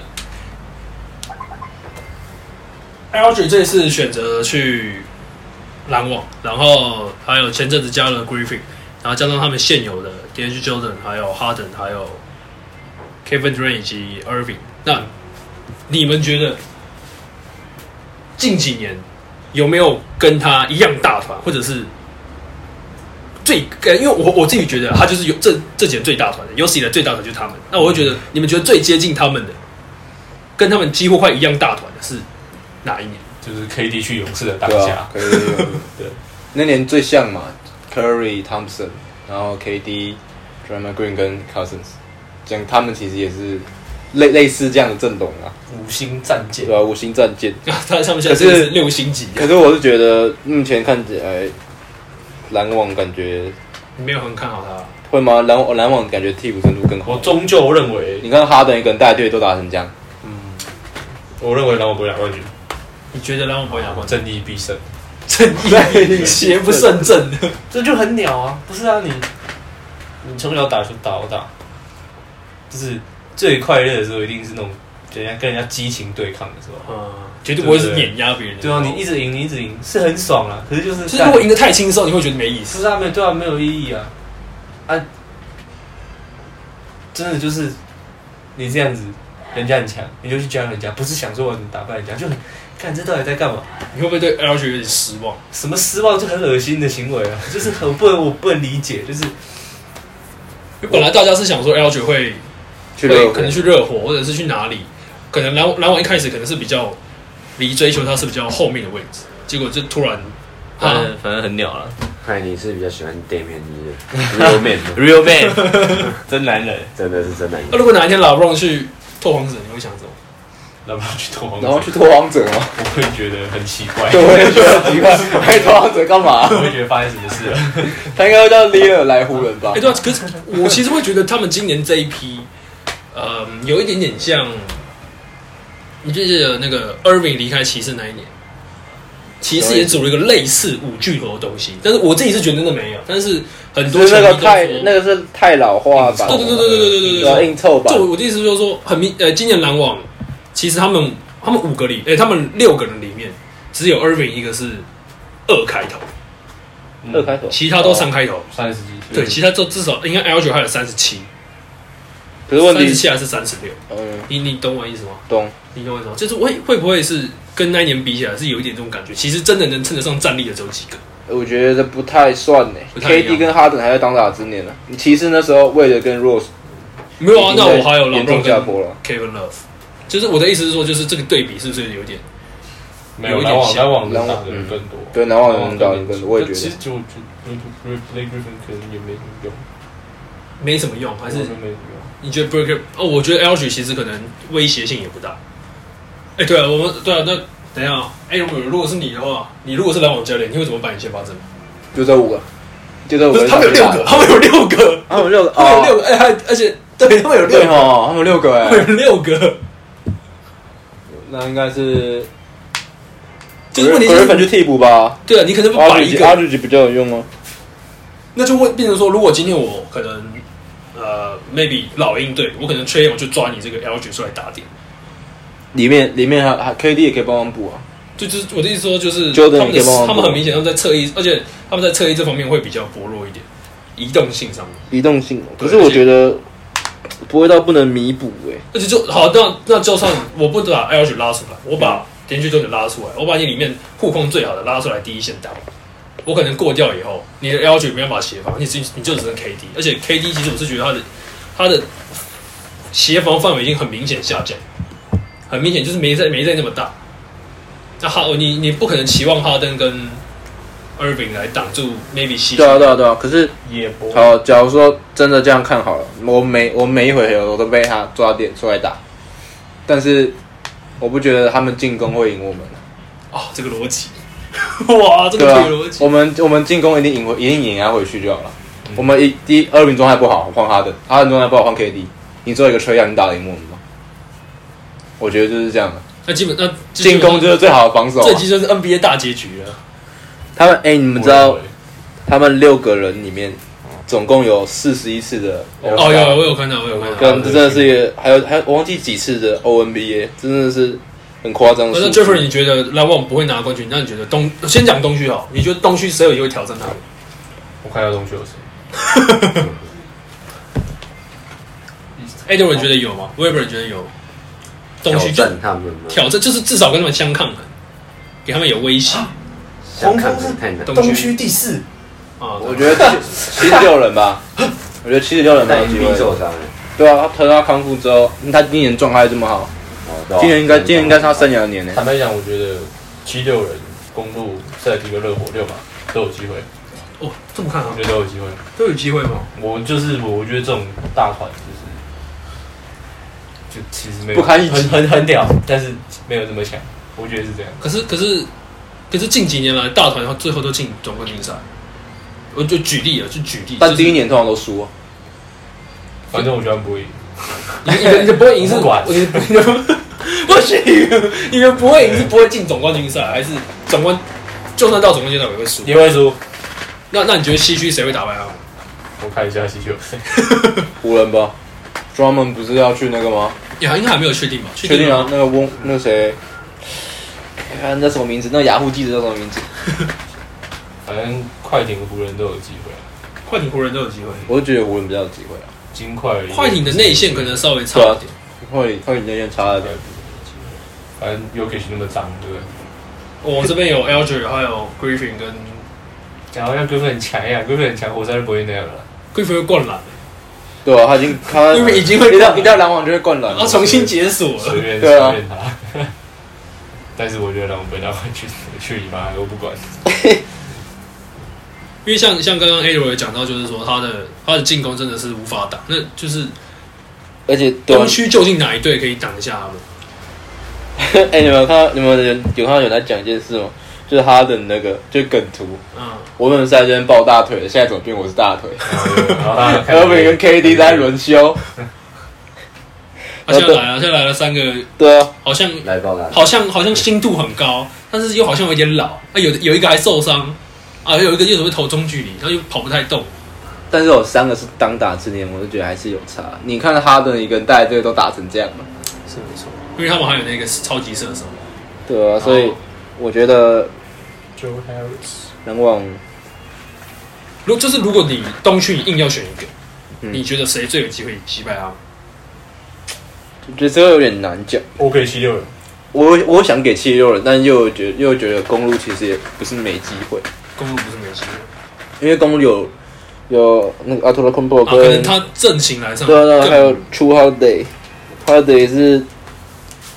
，Aldridge 这次选择去篮网，然后还有前阵子加了 Griffin， 然后加上他们现有的 D'Angelo Jordan， 还有 Harden， 还有 Kevin Durant 以及 Irving， 那你们觉得近几年有没有跟他一样大团，或者是最？因为我我自己觉得他就是有这这几年最大团的，有史以来最大团就是他们。那我会觉得你们觉得最接近他们的，跟他们几乎快一样大团的是哪一年？ 就是 K D 去勇士的当下， 对、啊、对，那年最像嘛 ，Curry、Thompson， 然后 K D、Draymond Green 跟 Cousins， 这样他们其实也是类类似这样的阵容啊。 五星战舰， 对啊，五星战舰。 他上面现在是六星级。 可是我是觉得目前看起来，篮网感觉你没有很看好他， 会吗？篮篮网感觉替补程度更好。 我终究认为， 你看哈登一个人带队都打成这样。 嗯，我认为篮网不会拿冠军。 你觉得篮网不会拿冠军？ 正义必胜， 正义邪不胜正， 这就很鸟啊！不是啊，你你从小打就打到大，就是最快乐的时候，一定是那种。人家跟人家激情对抗的时候， 嗯，绝对不会是碾压别人的。 对啊，你一直赢，你一直赢，是很爽啊。可是就是， 就是如果赢得太轻松，你会觉得没意思。 不是啊，没有对啊，没有意义啊。啊，真的就是你这样子，人家很强，你就去教人家，不是想说我怎么打败人家，就很看这到底在干嘛？ 你会不会对 L G 有点失望？ 什么失望？就很恶心的行为啊，就是很不能，我不能理解，就是本来大家是想说 L G 会去热可能去热火，或者是去哪里。可能篮篮网一开始可能是比较离追求他是比较后面的位置，结果就突然， 反正、啊、反正很鸟了。 看来你是比较喜欢 Damian Lillard，Real Man，Real Man， 真男人， 真的是真男人。 那、啊、如果哪一天LeBron去拓荒者，你会想什么 ？LeBron去拓荒者， 然后去拓荒者吗？ 我会觉得很奇怪。 对，我也觉得很奇怪，还拓荒者干嘛？ 我会觉得发生什么事了？ 他应该会叫 Lillard 来湖人吧？ 哎、欸，对啊，可是我其实会觉得他们今年这一批，呃，有一点点像。你记得那个 Irving 离开骑士那一年，骑士也组了一个类似五巨头的东西，但是我自己是觉得真的没有，但是很多那个太那个是太老化版， 对对对对对对对对对，硬凑版。 就我的意思就是说，很明呃，今年篮网其实他们他们五个里，哎、欸，他们六个人里面只有 Irving 一个是二开头， 二开头， 其他都三开头， 三十几， 对，其他都至少应该 L 九还有三十七。 可是问题三十七还是三十六？嗯，你你懂我意思吗？ 懂， 你懂我意思吗？就是会会不会是跟那一年比起来是有一点这种感觉？其实真的能称得上战力的只有几个。 我觉得不太算呢。K D 跟哈登还在当打之年呢。你骑士那时候为了跟 Rose 没有啊，那我还有 LeBron 跟 Kevin Love， 就是我的意思是说，就是这个对比是不是有点？ 没有，篮网篮网能打的人更多， 对，篮网能打的人更多，我也觉得。 其实就就 Blake Griffin 可能也没什么用， 没什么用，还是没什么用？ 你觉得 Blake 哦？我觉得 Aldridge 其实可能威胁性也不大。哎，对啊，我们对啊，那等一下，哎，如果是你的话，你如果是篮网教练，你会怎么办？你先发阵？ 就这五个，就这五个。 他们有六个，他们有六个， 他们有六个， 他们有六个，哎，还而且对他们有六个， 他们有六个，哎， 他们有六个， 那应该是。 就是问题是 ，Griffin 就替补吧。 对啊，你可能把一个 Aldridge 比较有用哦。 那就会变成说，如果今天我可能呃 maybe 老鹰队，我可能吹我就抓你这个 Aldridge 出来打点。 里面里面还还 K D 也可以帮忙补啊。 就就是我的意思说，就是他们的他们很明显他们在侧翼，而且他们在侧翼这方面会比较薄弱一点，移动性上面。 移动性，可是我觉得不会到不能弥补哎。 而且就好，那那就算我不把 Aldridge 拉出来，我把田区都得拉出来，我把你里面护控最好的拉出来第一线打，我可能过掉以后，你的 Aldridge 没办法协防，你你就只剩 K D， 而且 K D 其实我是觉得他的他的协防范围已经很明显下降，很明显就是没在没在那么大。那哈你你不可能期望哈登跟 Irving 来挡住 maybe 西。 对啊对啊对啊，可是也不好，假如说真的这样看好了，我每我每一回合我都被他抓点出来打，但是。我不觉得他们进攻会赢我们。 哦，这个逻辑，哇，这个逻辑、啊。 我们我们进攻一定赢回，一定赢压回去就好了。嗯、我们一第一二名状态不好，换哈登；哈登状态不好，换 K D。你做一个吹样，你打得赢我们吗？我觉得就是这样的。 那基本那进攻就是最好的防守、啊。 这其实是 N B A 大结局了。 他们哎、欸，你们知道他们六个人里面总共有四十一次的哦，有我有看到，我有看到。 跟这真的是一个，还有还有我忘记几次的 O N B A， 真的是很夸张。 那 Jeffrey， 你觉得篮网不会拿冠军？那你觉得东先讲东区好？你觉得东区谁有机会挑战他们？ 我看一下东区有谁。 哎，有人觉得有吗？我也不人觉得有。东区挑战他们吗？ 挑战就是至少跟他们相抗衡，给他们有威胁。 相抗衡太难。 东区第四。 啊，我觉得七十六人吧，我觉得七十六人蛮有机会。 受伤了。 对啊，他等他康复之后，他今年状态这么好，哦、今年应该今年应该是他生涯的年呢。 坦白讲，我觉得七六人、公路、塞尔提克、热火六嘛都有机会。 哦，这么看啊？ 我觉得都有机会， 都有机会吗？ 我就是我，我觉得这种大团就是，就其实没有不堪一击， 很很很屌，但是没有这么强。我觉得是这样。 可是可是可是近几年来，大团最后都进总冠军赛。我就举例了，就举例。 但第一年通常都输啊。 反正我觉得不会赢。 你你你不会赢是管？不行，你们不会赢是不会进总冠军赛，还是总冠？就算到总冠军赛也会输。 也会输。 那那你觉得西区谁会打败他们？ 我看一下西区有谁。 湖人吧。Drummond 不是要去那个吗？ 呀，应该还没有确定吧？ 确定啊，那个翁那个谁？看那什么名字？那个雅虎记者叫什么名字？ 反正快艇、湖人都有机会、啊， 快艇、湖人都有机会。 我就觉得湖人比较有机会啊。 金块、 快艇的内线可能稍微差一点， 快艇快艇内线差一点。 反正 Jokic 那么脏，对不对？ 我、哦、这边有 Aldridge 还有 Griffin 跟， 讲好像 Griffin 很强一样 ，Griffin 很强，活塞就不会那样了。 Griffin 会灌篮， 对啊，他已经他 Griffin 已经会一到一到篮网就会灌篮， 他重新解锁了， 随便随便他。但是我觉得篮网本来会去去你妈，我不管。 因为像像刚刚 A 罗也讲到，就是说他的他的进攻真的是无法挡，那就是而且东区究竟哪一队可以挡一下他们？哎、欸，你们有看到你们有有看到有人在讲一件事吗？就是哈登那个就梗图，嗯，我本来在这边抱大腿，现在怎么变我是大腿？然后每跟 K D 在轮休。 他现在来了，现在来了三个， 对啊， 好像来爆了， 好像好像心度很高，但是又好像有点老。啊，有有一个还受伤。啊，有一个又准备投中距离，然后又跑不太动。 但是有三个是当打之年，我就觉得还是有差。你看哈登一个人带队都打成这样嘛， 是没错。因为他们还有那个超级射手。 对啊，所以我觉得 Joe Harris 篮网， 如就是如果你东区你硬要选一个， 嗯、 你觉得谁最有机会击败他们？ 我觉得这个有点难讲。 我给七六人， 我我想给七六人，但又觉得又觉得公路其实也不是没机会。 公路不是没机会， 因为公路有有那个阿托拉昆博跟、 啊，可能他阵型来上， 对啊，还有 True Holiday，Holiday 是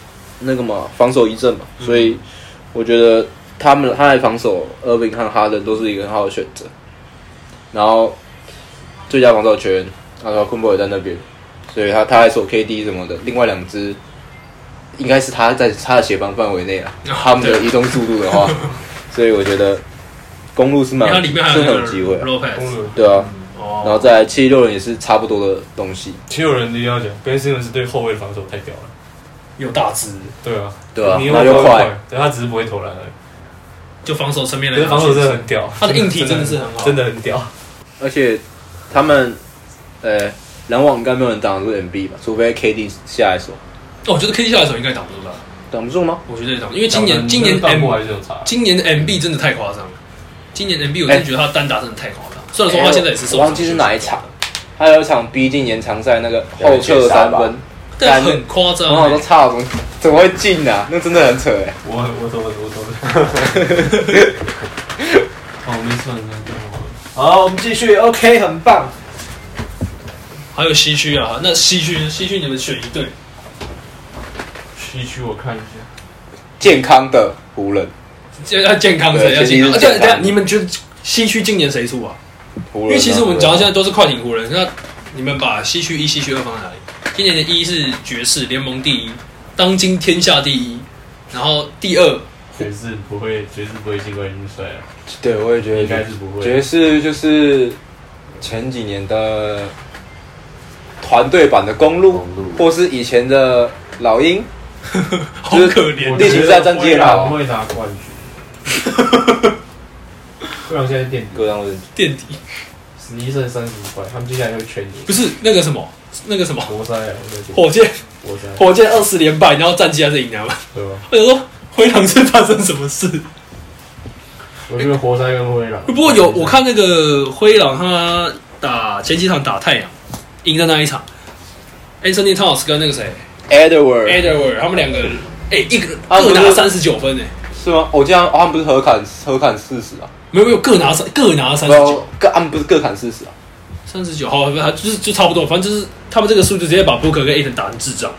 那个嘛防守一阵嘛，所以我觉得他们他来防守，Irving和哈登都是一个很好的选择。然后最佳防守权，然后昆博也在那边，所以他他还守 K D 什么的。另外两支应该是他在他的协防范围内啦，他们的移动速度的话，所以我觉得公路是蛮它里面还有是很有机会，对啊。然后再来七六人也是差不多的东西。 七六人一定要讲 ，Ben Simmons 对后卫防守太屌了， 有大只， 对啊， 对啊， 然后又快，对他只是不会投篮而已。 就防守层面来讲，防守真的很屌， 他的硬体真的是很好， 真的很屌。 而且他们，呃，篮网应该没有人挡得住 M B 吧？除非 K D 下来手。 哦，我觉得 K D 下来手应该挡不住他。 挡不住吗？ 我觉得挡，因为今年今年 M 今年的 M B 真的太夸张了。今年 M B 我真的觉得他单打真的太夸张。虽然说他现在也是受， 我忘记是哪一场，他有一场逼近延长赛那个后撤三分， 但很夸张， 很好都差怎么怎么会进啊？那真的很扯哎！ 我我懂我懂我懂。哦，没错，好，我们继续 ，OK， 很棒。 还有西区啊，那西区西区你们选一队。 西区我看一下， 健康的湖人， 要健康谁？要健康。对对，你们觉得西区今年谁出啊？因为其实我们讲到现在都是快艇湖人，那你们把西区一、西区二放在哪里？今年的一是爵士联盟第一，当今天下第一，然后第二爵士不会，爵士不会进冠军赛啊。 对，我也觉得应该是不会。 爵士就是前几年的团队版的公路，或是以前的老鹰。 好可怜， 例行赛战绩很好， 不会拿冠军。灰狼现在垫底， 各当论垫底， 十一胜三十五败，他们接下来会全赢。 不是那个什么，那个什么活塞啊， 火箭， 活塞， 火箭二十连败，然后战绩还是赢他们， 对吧？ 我想说灰狼是发生什么事？ 我觉得活塞跟灰狼， 不过有我看那个灰狼，他打前几场打太阳，赢的那一场 ，Anthony Towns 跟那个谁。 Edward Edward 他们两个哎、欸，一个各拿三十九分哎、欸， 是吗？我这样、哦，他们不是合砍合砍四十啊？ 没有没有，各拿三各拿三十九， 各他们不是各砍四十啊？ 三十九好，就是就差不多，反正就是他们这个数就直接把 Booker 跟 Ayton 打成智障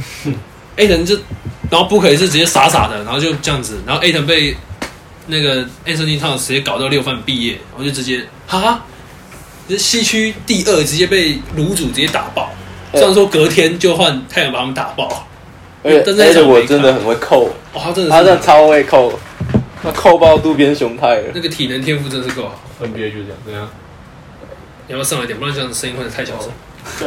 ，Ayton 就然后 Booker 也是直接傻傻的，然后就这样子，然后 Ayton 被那个 Anthony Towns 直接搞到六分毕业，我就直接哈，就是西区第二直接被卤主直接打爆。虽然说隔天就换太阳把他们打爆， 而且 Edward 真的很会扣， 哦，他真的他真的超会扣，他扣爆渡边雄太了。 那个体能天赋真的是够好。 N B A 就这样，怎样？ 你要不要上来点，不然这样子声音会太小声。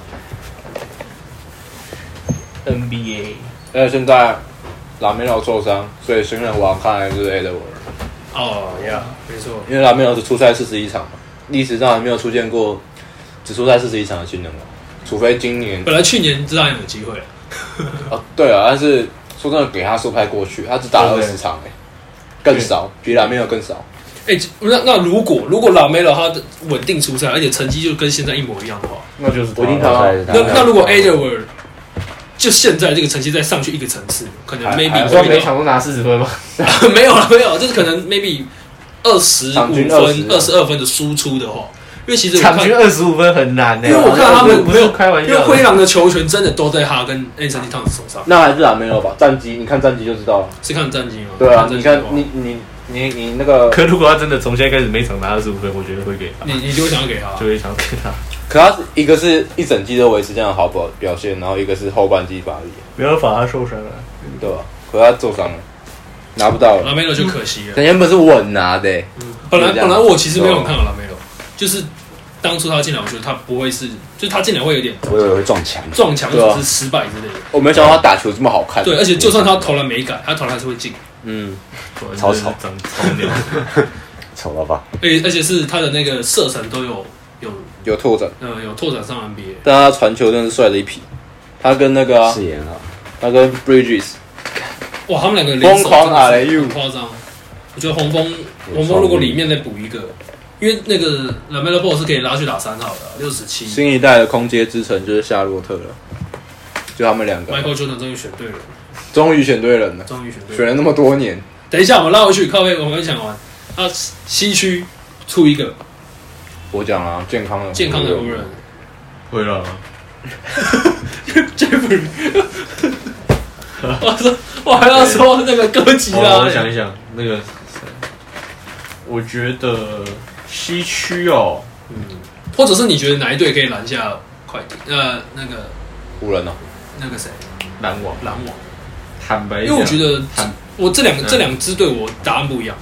N B A， 而且现在拉梅洛受伤，所以新人王看来就是 Edward。 哦呀，没错， 因为拉梅洛只出赛四十一场嘛，历史上还没有出现过只出赛四十一场的新人王。除非今年， 本来去年知道有机会哦，对啊，但是说真的，给他说不太过去，他只打了二十场、欸，更少，比拉梅洛更少。 哎、欸，那那如果如果拉梅洛他的稳定出赛，而且成绩就跟现在一模一样的话， 那就是我一定他。 那那如果 Edward 就现在这个成绩再上去一个层次，可能 maybe 说每场都拿四十分吗？ 没有了，没有，就是可能 maybe 二十五分、二十二分的输出的话。因为其实场均二十五分很难呢、欸， 因为我看他们不是开玩笑， 因为灰狼的球权真的都在他跟 Anthony Towns 手上。 那还是拉梅洛吧，战绩你看战绩就知道了。 是看战绩吗？ 对啊，你看你你你你那个， 可如果他真的从现在开始每场拿二十五分，我觉得会给他， 你你就会想要给他， 就会想要给他。 可他一个是一整季都维持这样的好表表现，然后一个是后半季发力， 没办法，他受伤了， 对吧？可他受伤了，拿不到了。 拉梅洛就可惜了， 他原本是稳拿的、欸嗯，本来本来我其实没有很看好拉梅洛，就是。当初他进来，我觉得他不会是，就是他进来会有点， 我以为会撞墙， 撞墙或者是失败之类的。 我没想到他打球这么好看。 对，而且就算他投篮没改，他投篮还是会进。 嗯， 超丑，超牛， 丑了吧？ 而且而且是他的那个射程都有有有拓展， 呃，有拓展上 N B A。 但他传球真的是帅的一匹。他跟那个、啊， 视野很好， 他跟 Bridges， 哇，他们两个疯狂打雷 U， 夸张。我觉得黄蜂黄蜂如果里面再补一个。因为那个 LaMelo Ball 是可以拉去打三号的，六十七。 新一代的空接之城就是夏洛特了，就他们两个。 Michael Jordan 终于选对了， 终于选对人了， 终于选对人， 选了那么多年。 等一下，我们拉回去，靠背，我们讲完。啊，西区出一个， 我讲啊，健康的健康的湖人， 会了。 Jeffrey， 我说我还要说那个哥吉拉、 哦。我想一想，那个，我觉得西区哦， 嗯，或者是你觉得哪一队可以拦下快艇？呃，那个湖人哦， 那个谁， 篮网， 篮网。 坦白， 因为我觉得我这两个、嗯、这两支队我答案不一样。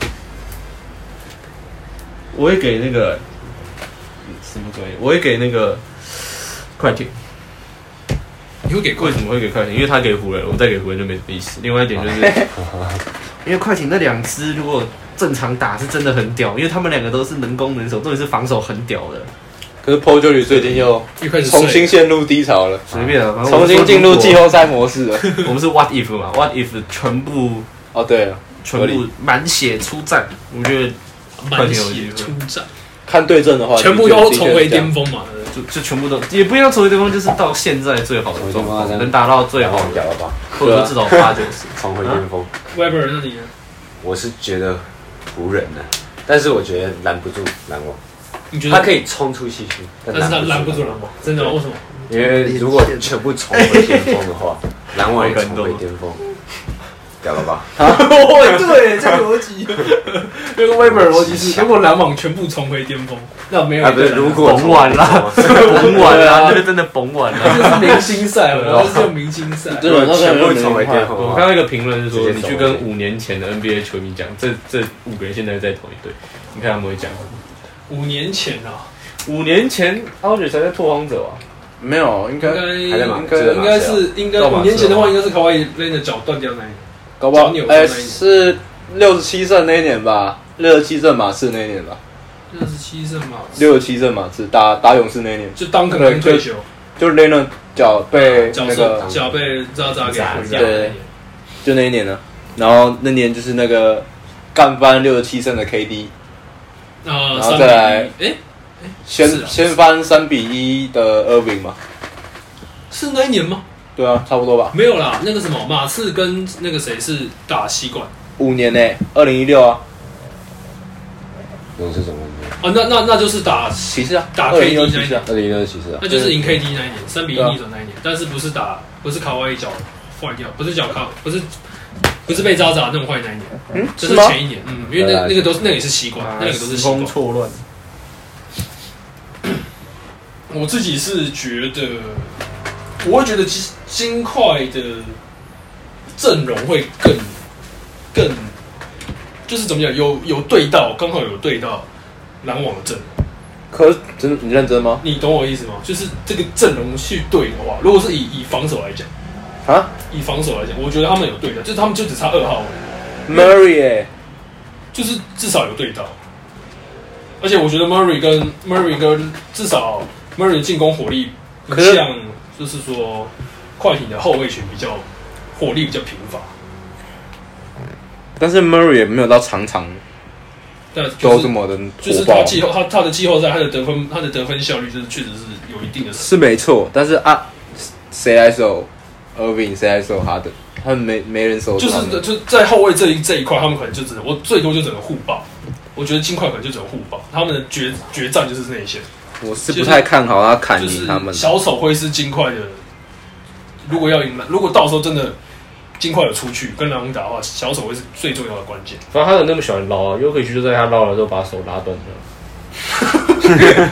我会给那个什么专业？我会给那个快艇。 你会给快艇？ 为什么会给快艇？因为他给湖人，我再给湖人就没什么意思。另外一点就是，因为快艇那两支如果正常打是真的很屌，因为他们两个都是能攻能守，重点是防守很屌的。 可是 Paul George 最近又重新陷入低潮了， 随便啊， 重新进入季后赛模式了。 我们是 What if 嘛 ？What if 全部哦对了， 全部满血出战，我觉得满血出战。 看对阵的话， 全部都重回巅峰嘛， 就就全部都也不要重回巅峰，就是到现在最好的状况，能达到最好的吧，或者至少八九十重回巅峰。 Weber 那你呢？ 我是觉得湖人呢，但是我觉得拦不住篮网。 你觉得他可以冲出西区， 但是他拦不住篮网，真的？为什么？ 因为如果全部重回巅峰的话，篮网也重回巅峰，屌了吧？ 啊，对，这个逻辑，那个 Weber 逻辑是，如果篮网全部重回巅峰，那没有啊，不是，如果崩完了，崩完了，那真的崩完了， 这是明星赛，我这是明星赛， 对，全部重回巅峰。 我看到一个评论是说，你去跟五年前的 N B A 球迷讲，这这五个人现在在同一队，你看他们会讲什么？ 五年前啊， 五年前奥杰才在拓荒者啊， 没有，应该应该应该应该是应该五年前的话，应该是卡哇伊勒的脚断掉那一年， 搞不好哎是六十七胜那一年吧，六十七胜马刺那一年吧， 六十七胜马刺， 六十七胜马刺打打勇士那一年， 就当可能退休， 就雷伦脚被那个脚被渣渣给毁掉， 对，就那一年呢，然后那年就是那个干翻六十七胜的 K D。 呃， 然后再来， 哎， 先先翻三比一的 Irving 嘛， 是那一年吗？ 对啊，差不多吧。 没有啦，那个什么马刺跟那个谁是打西冠， 五年呢、欸，二零一六啊。 勇士总冠军。哦，那那那就是打骑士啊， 打 K D 那一年， 二零一六骑士啊， 那就是赢 K D 那一年，三比一逆转那一年，但是不是打不是卡哇伊脚坏掉，不是脚卡，不是。不是被渣渣弄坏那一年，嗯，这是前一年，嗯，因为那那个都是那也是西冠，那个都是西冠。 错乱。 我自己是觉得，我会觉得金金块的阵容会更更，就是怎么讲，有有对到，刚好有对到篮网的阵容。 可是真的，你认真吗？ 你懂我意思吗？就是这个阵容去对的话，如果是以以防守来讲。 啊， 以防守来讲，我觉得他们有对的，就是他们就只差二号而已。 Murray 哎、欸， 就是至少有对到，而且我觉得 Murray 跟 Murray 跟至少 Murray 的进攻火力不像，就是说快艇的后卫群比较火力比较贫乏。 但是 Murray 也没有到场场， 但都这么的， 就是他季后他他的季后赛他的得分他的得分效率就是确实是有一定的， 是没错。但是啊，谁来守？Irving 谁来守哈登？他们没没人守， 就是就在后卫这一这一块，他们可能就只能我最多就只能互爆。我觉得金块可能就只能互爆，他们的决决战就是内线。 我是不太看好他砍赢他们。 小丑会是金块的，如果要赢，如果到时候真的金块有出去跟篮网打的话，小丑会是最重要的关键。 反正他有那么喜欢捞啊，又可以就在他捞的时候把手拉断了。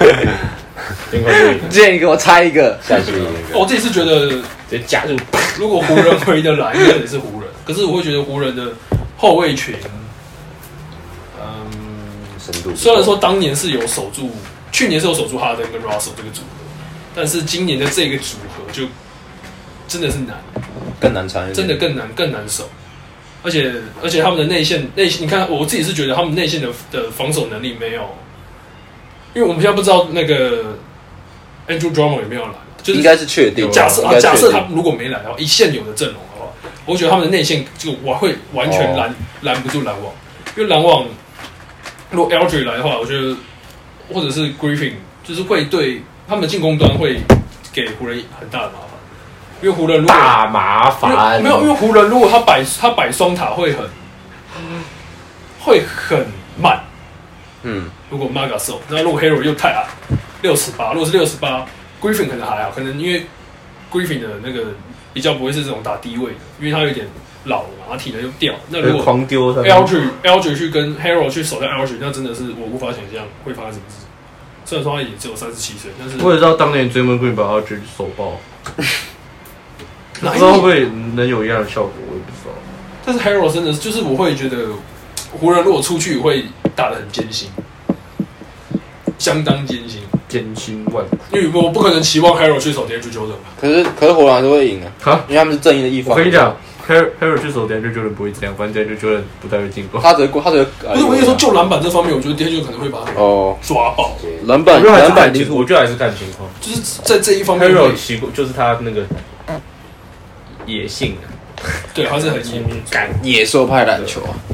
建议给我猜一个， 下去一个。 我自己是觉得直接加入， 如果湖人回得来，应该也是湖人。可是我会觉得湖人的后卫群，嗯， 深度虽然说当年是有守住，去年是有守住哈登跟 Russell 这个组合，但是今年的这个组合就真的是难， 更难缠， 真的更难更难守。而且而且他们的内线内线，你看我自己是觉得他们内线的的防守能力没有。因为我们现在不知道那个 Andrew Drummond 有没有来，就是应该是确定。 假设啊，假设他如果没来的话，以现有的阵容的话，我觉得他们的内线就我会完全拦拦、哦、不住篮网，因为篮网如果 Aldridge 来的话，我觉得或者是 Griffin 就是会对他们的进攻端会给湖人很大的麻烦，因为湖人如果大麻烦没有，因为湖人如果他摆他摆双塔会很会很慢。 嗯， 如果 Maga 瘦，那如果 Hero 又太矮，六十八，如果是六十八 ，Griffin 可能还好，可能因为 Griffin 的那个比较不会是这种打低位的，因为他有点老了嘛，他体能又掉。那如果狂丢他 Aldridge Aldridge 去跟 Harrell 去守掉 Aldridge， 那真的是我无法想象会发生什么事。虽然说他也只有三十七岁，但是我也知道当年 Draymond Green 把 Aldridge 手爆，不知道会不会能有一样的效果，我也不知道。 但是 Harrell 真的是，就是我会觉得湖人如果出去会打得很艰辛，相当艰辛， 艰辛万苦。 因为我不可能期望 Harrell 去守 DeAndre Jordan 嘛。 可是可是湖人还是会赢啊，因为他们是正义的一方。 我跟你讲 ，Harrell 去守 DeAndre Jordan 不会这样，反正 DeAndre Jordan 不太会进攻。 他只他只不是我跟你说，就篮板这方面，我觉得 DeAndre 可能会把他哦抓爆。 篮板篮板就是我觉得还是看情况， 就是在这一方面 ，Harrell 习惯就是他那个野性的。 对，他是很野敢野兽派篮球啊。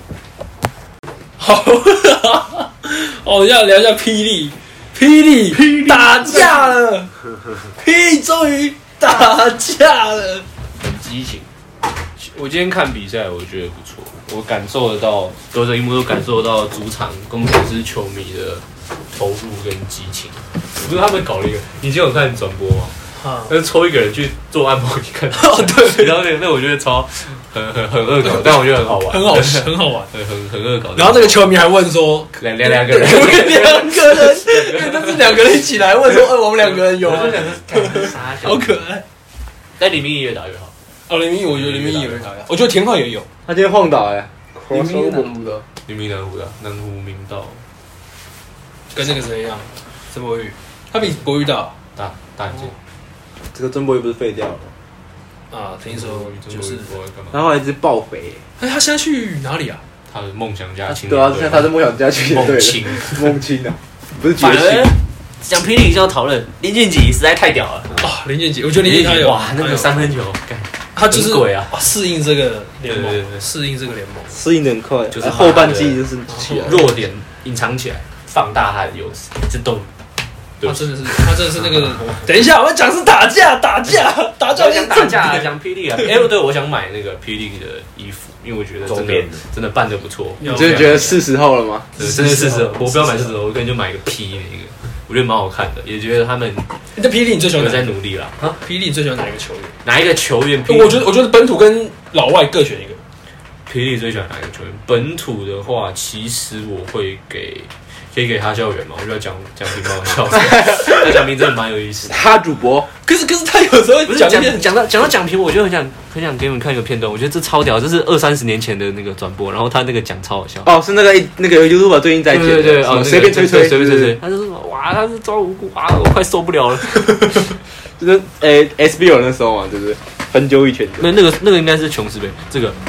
好，哦，要聊一下霹雳，霹雳，霹雳打架了，霹雳终于打架了， 很激情。我今天看比赛，我觉得不错，我感受得到，隔着荧幕都感受到主场工程师球迷的投入跟激情。不是他们搞了一个，你今天有看转播吗？那抽一个人去做按摩，你看， 哦对， 然后那那我觉得超很很很恶搞，但我觉得很好玩， 很好很好玩， 对，很很恶搞。 然后那个球迷还问说， 两两两个人， 两个人，因为他是两个人一起来问说，哎，我们两个人有，好可爱。 但林明义越打越好。 哦，林明义，我觉得林明义也会打，我觉得田浩也有， 他今天晃倒哎， 林明义南湖的，林明南湖的，南湖明道， 跟那个谁一样，曾博宇，他比博宇大， 大大很近。 这个曾博宇不是废掉了啊？听说就是， 然后还一直爆肥。 哎，他现在去哪里啊？ 他的梦想家青对啊，现在他是梦想家青梦青， 梦青啊，不是觉醒。 讲霹雳就要讨论林俊杰实在太屌了啊！ 林俊杰，我觉得林俊杰他有哇，那个三分球， 他就是鬼啊， 适应这个联盟，适应这个联盟， 适应的很快，就是后半季就是弱点隐藏起来，放大他的优势，自动。 他真的是，他真的是那个。等一下，我讲是打架，打架，打架， 讲打架，讲霹雳啊！哎，对，我想买那个霹雳的衣服，因为我觉得真的真的办得不错。 你真的觉得是时候了吗？ 真的是时候，我不要买四十，我可能就买个 P 那个，我觉得蛮好看的，也觉得他们。 那霹雳你最喜欢？ 有在努力啦。 啊，霹雳你最喜欢哪一个球员？ 哪一个球员？ 我觉得，我觉得本土跟老外各选一个。 霹雳最喜欢哪一个球员？本土的话，其实我会给。可以给哈校园嘛？我就要讲讲评吗？笑死！他讲评真的蛮有意思的。 哈主播， 可是可是他有时候讲讲讲到讲到讲评，我就很想很想给你们看一个片段。我觉得这超屌，这是二三十年前的那个转播，然后他那个讲超好笑。 哦，是那个那个 YouTuber 最近在剪， 对对对，哦， 随便吹吹， 随便吹吹。他就是哇，他是抓无辜，哇，我快受不了了。 就是诶 S B O 那时候嘛，对不对？很久以前。 那那个那个应该是琼斯杯，这个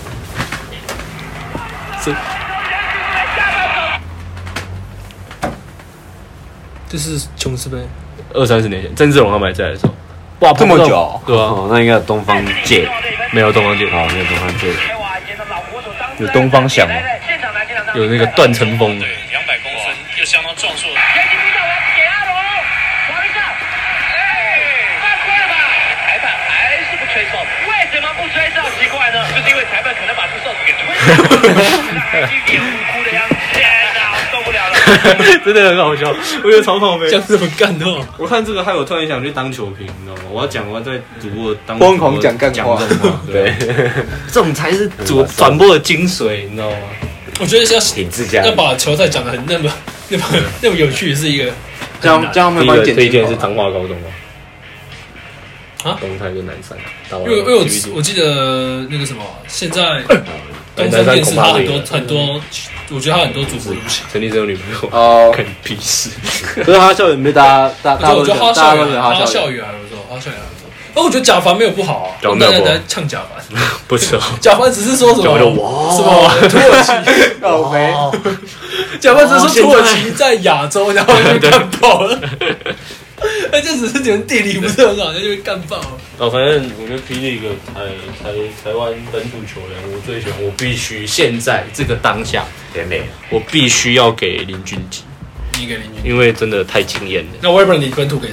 是。 这是琼斯杯， 二三十年前，郑志龙他们还在的时候， 哇，这么久， 对啊， 哦，那应该有东方界， 没有东方界， 啊，没有东方界， 有东方响吗？ 有那个段成峰， 对，两百公分又相当壮硕。裁判还是不吹哨子，为什么不吹哨？奇怪呢？就是因为裁判可能把这哨子给吹了，已经眼无哭的样子。受不了了， 真的很好笑，我觉得超靠背， 讲这么干话。 我看这个，害我突然想去当球评，你知道吗？我要讲，我要在主播当疯狂讲干话， 对，这种才是主转播的精髓，你知道吗？ 我觉得是要挺自家， 要把球赛讲得很那么那么那么有趣，是一个这样这样没办法。 推荐是彰化高中吗？ 啊， 东泰跟南山， 因为因为我我记得那个什么，现在东森电视他很多很多，我觉得他很多主播都不行。 陈立真有女朋友哦， 看屁事。 不是哈校园被大家大大我觉得哈校园哈校园还不错，哈校园还不错。那我觉得贾凡没有不好啊， 我大家在呛贾凡， 不是哦， 贾凡只是说什么什么土耳其， 倒霉。 贾凡只是说土耳其在亚洲，然后就干爆了。那这只是觉得地理不是很好，就被干爆了。 哦，反正我觉得霹雳一个台台台湾本土球员，我最喜欢，我必须现在这个当下，我必须要给林俊杰。 你给林俊杰， 因为真的太惊艳了。 那我也不然你本土给谁？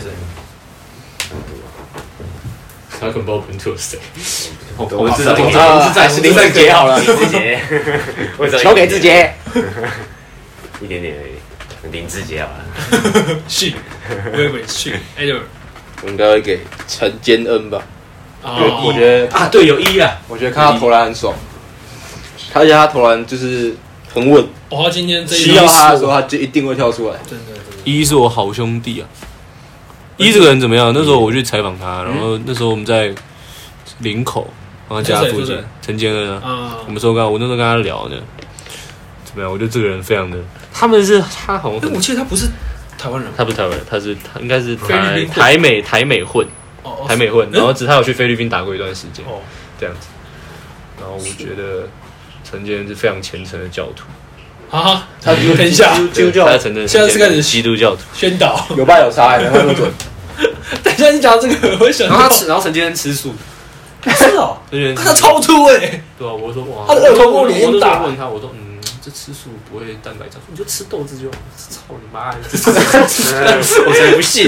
他可能不知道本土有谁。 我们知道林志在是林志杰好了，林志杰，球给志杰， 一点点而已，林志杰好了。 是，我以为是 Edward， 我应该会给陈坚恩吧。 哦、 我觉得啊，对，有一啊， 我觉得看他投篮很爽，而且他投篮就是很稳。 哦，他今天这一需要他的时候，他就一定会跳出来。 真的，真的。 一是我好兄弟啊，一这个人怎么样？那时候我去采访他，然后那时候我们在林口，然后家附近，陈建恩啊，我们说刚我那时候跟他聊呢，怎么样？我觉得这个人非常的，他们是他好像， 我记得他不是台湾人， 他不是台湾人，他是他应该是台台美台美混，台美混，然后只他有去菲律宾打过一段时间，哦，这样子。然后我觉得陈建恩是非常虔诚的教徒。 啊！他等一下， 基督教， 他承认现在是开始基督教徒宣导， 有拜有差，然后那么准。 等一下你讲这个，我想到， 然后他吃，然后陈建恩吃素， 是哦，他超秃哎， 对啊，我说哇， 他的耳朵过脸大， 问他，我说嗯，这吃素不会蛋白质，你就吃豆子就好，操你妈的，我才不信，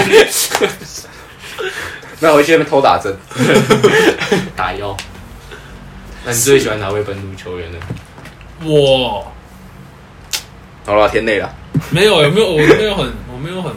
那回去那边偷打针， 打腰。那你最喜欢哪位本土球员呢？ 我。 好了，天内了。 没有，有没有？我没有很，我没有很。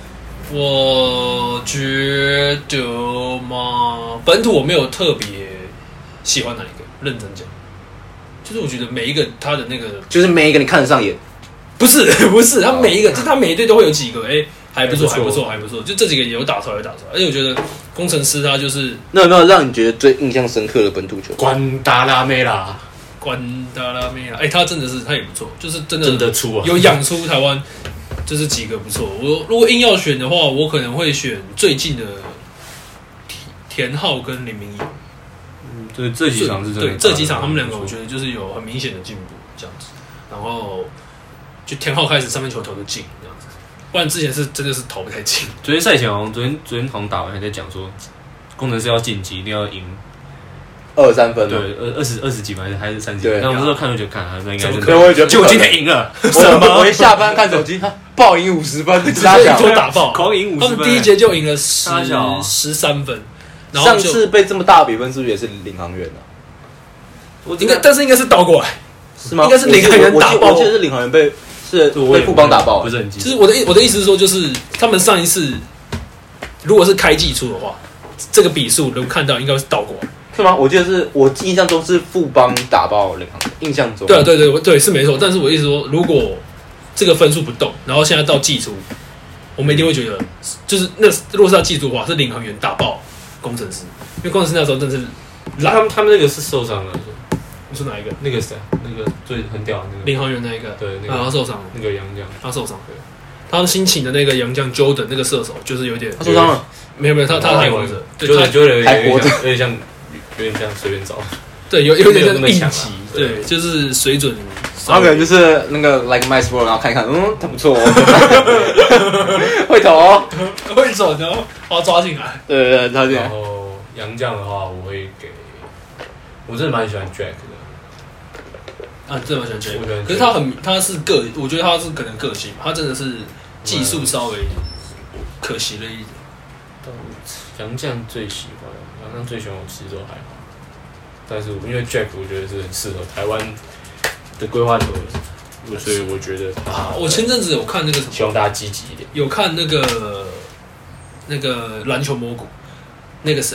我觉得嘛，本土我没有特别喜欢哪一个。认真讲，就是我觉得每一个他的那个， 就是每一个你看得上眼。 不是，不是，他每一个，就他每一队都会有几个，哎、欸，还不错，还不错，还不错。就这几个也有打出来，有打出来。而且我觉得工程师他就是， 那有没有让你觉得最印象深刻的本土球？ 关达拉梅拉。 关达拉梅拉，哎、欸，他真的是，他也不错，就是真的真的出啊， 有养出台湾，就是几个不错。我如果硬要选的话，我可能会选最近的田浩跟林明义。 嗯，对，这几场是真的。 对，这几场他们两个，我觉得就是有很明显的进步，这样子。然后就田浩开始三分球投的进，这样子，不然之前是真的是投不太进。 昨天赛前好像，昨天昨天好像打完还在讲说，工程师要晋级，一定要赢。 二三分， 对，二二十二十几分还是还是三十几分？那我们那时候看就觉得，看，那应该是， 所以我也觉得， 就我今天赢了， 什么？我一下班看手机，爆赢五十分，直接就打爆， 狂赢五十分。 他们第一节就赢了十十三分，然后上次被这么大比分，是不是也是领航员啊？ 我应该，但是应该是倒过来， 是吗？ 应该是领航员打爆， 我记得是领航员被是被富邦打爆， 不是很记得。 就是我的我的意思是说，就是他们上一次如果是开季出的话，这个比数能看到应该是倒过来。 是吗？我记得是我印象中是富邦打爆领航，印象中。 对啊，对对对，是没错。但是我意思说，如果这个分数不动，然后现在到季初，我们一定会觉得，就是那如果是要季初的话，是领航员打爆工程师，因为工程师那时候真的是， 他们他们那个是受伤了。 你说哪一个？ 那个谁？那个最很屌的那个领航员那一个？ 对，那个、啊、他受伤了。 那个洋将， 他受伤了。他新请的那个洋将 Jordan 那个射手，就是有点他受伤了。 没有没有，他他还活着。 对，他 Jordan 还活着， 有点像。有点像随便找， 对，有有点像应急，对，就是水准。 他可能就是那个 like my sport， 然后看一看，嗯，他不错哦，会投哦， 会走的哦，把他抓进来。 对对对，抓进来。 然后洋将的话，我会给，我真的蛮喜欢 Jack 的。 啊，真的蛮喜欢 Jack， 可是他很，他是个，我觉得他是可能个性，他真的是技术稍微可惜了一点。 洋将最喜欢。洋将最喜欢我其实都还好，但是因为 Jack 我觉得是很适合台湾的规划球员，所以我觉得啊，我前阵子有看那个什么， 希望大家积极一点。 有看那个那个篮球蘑菇，那个谁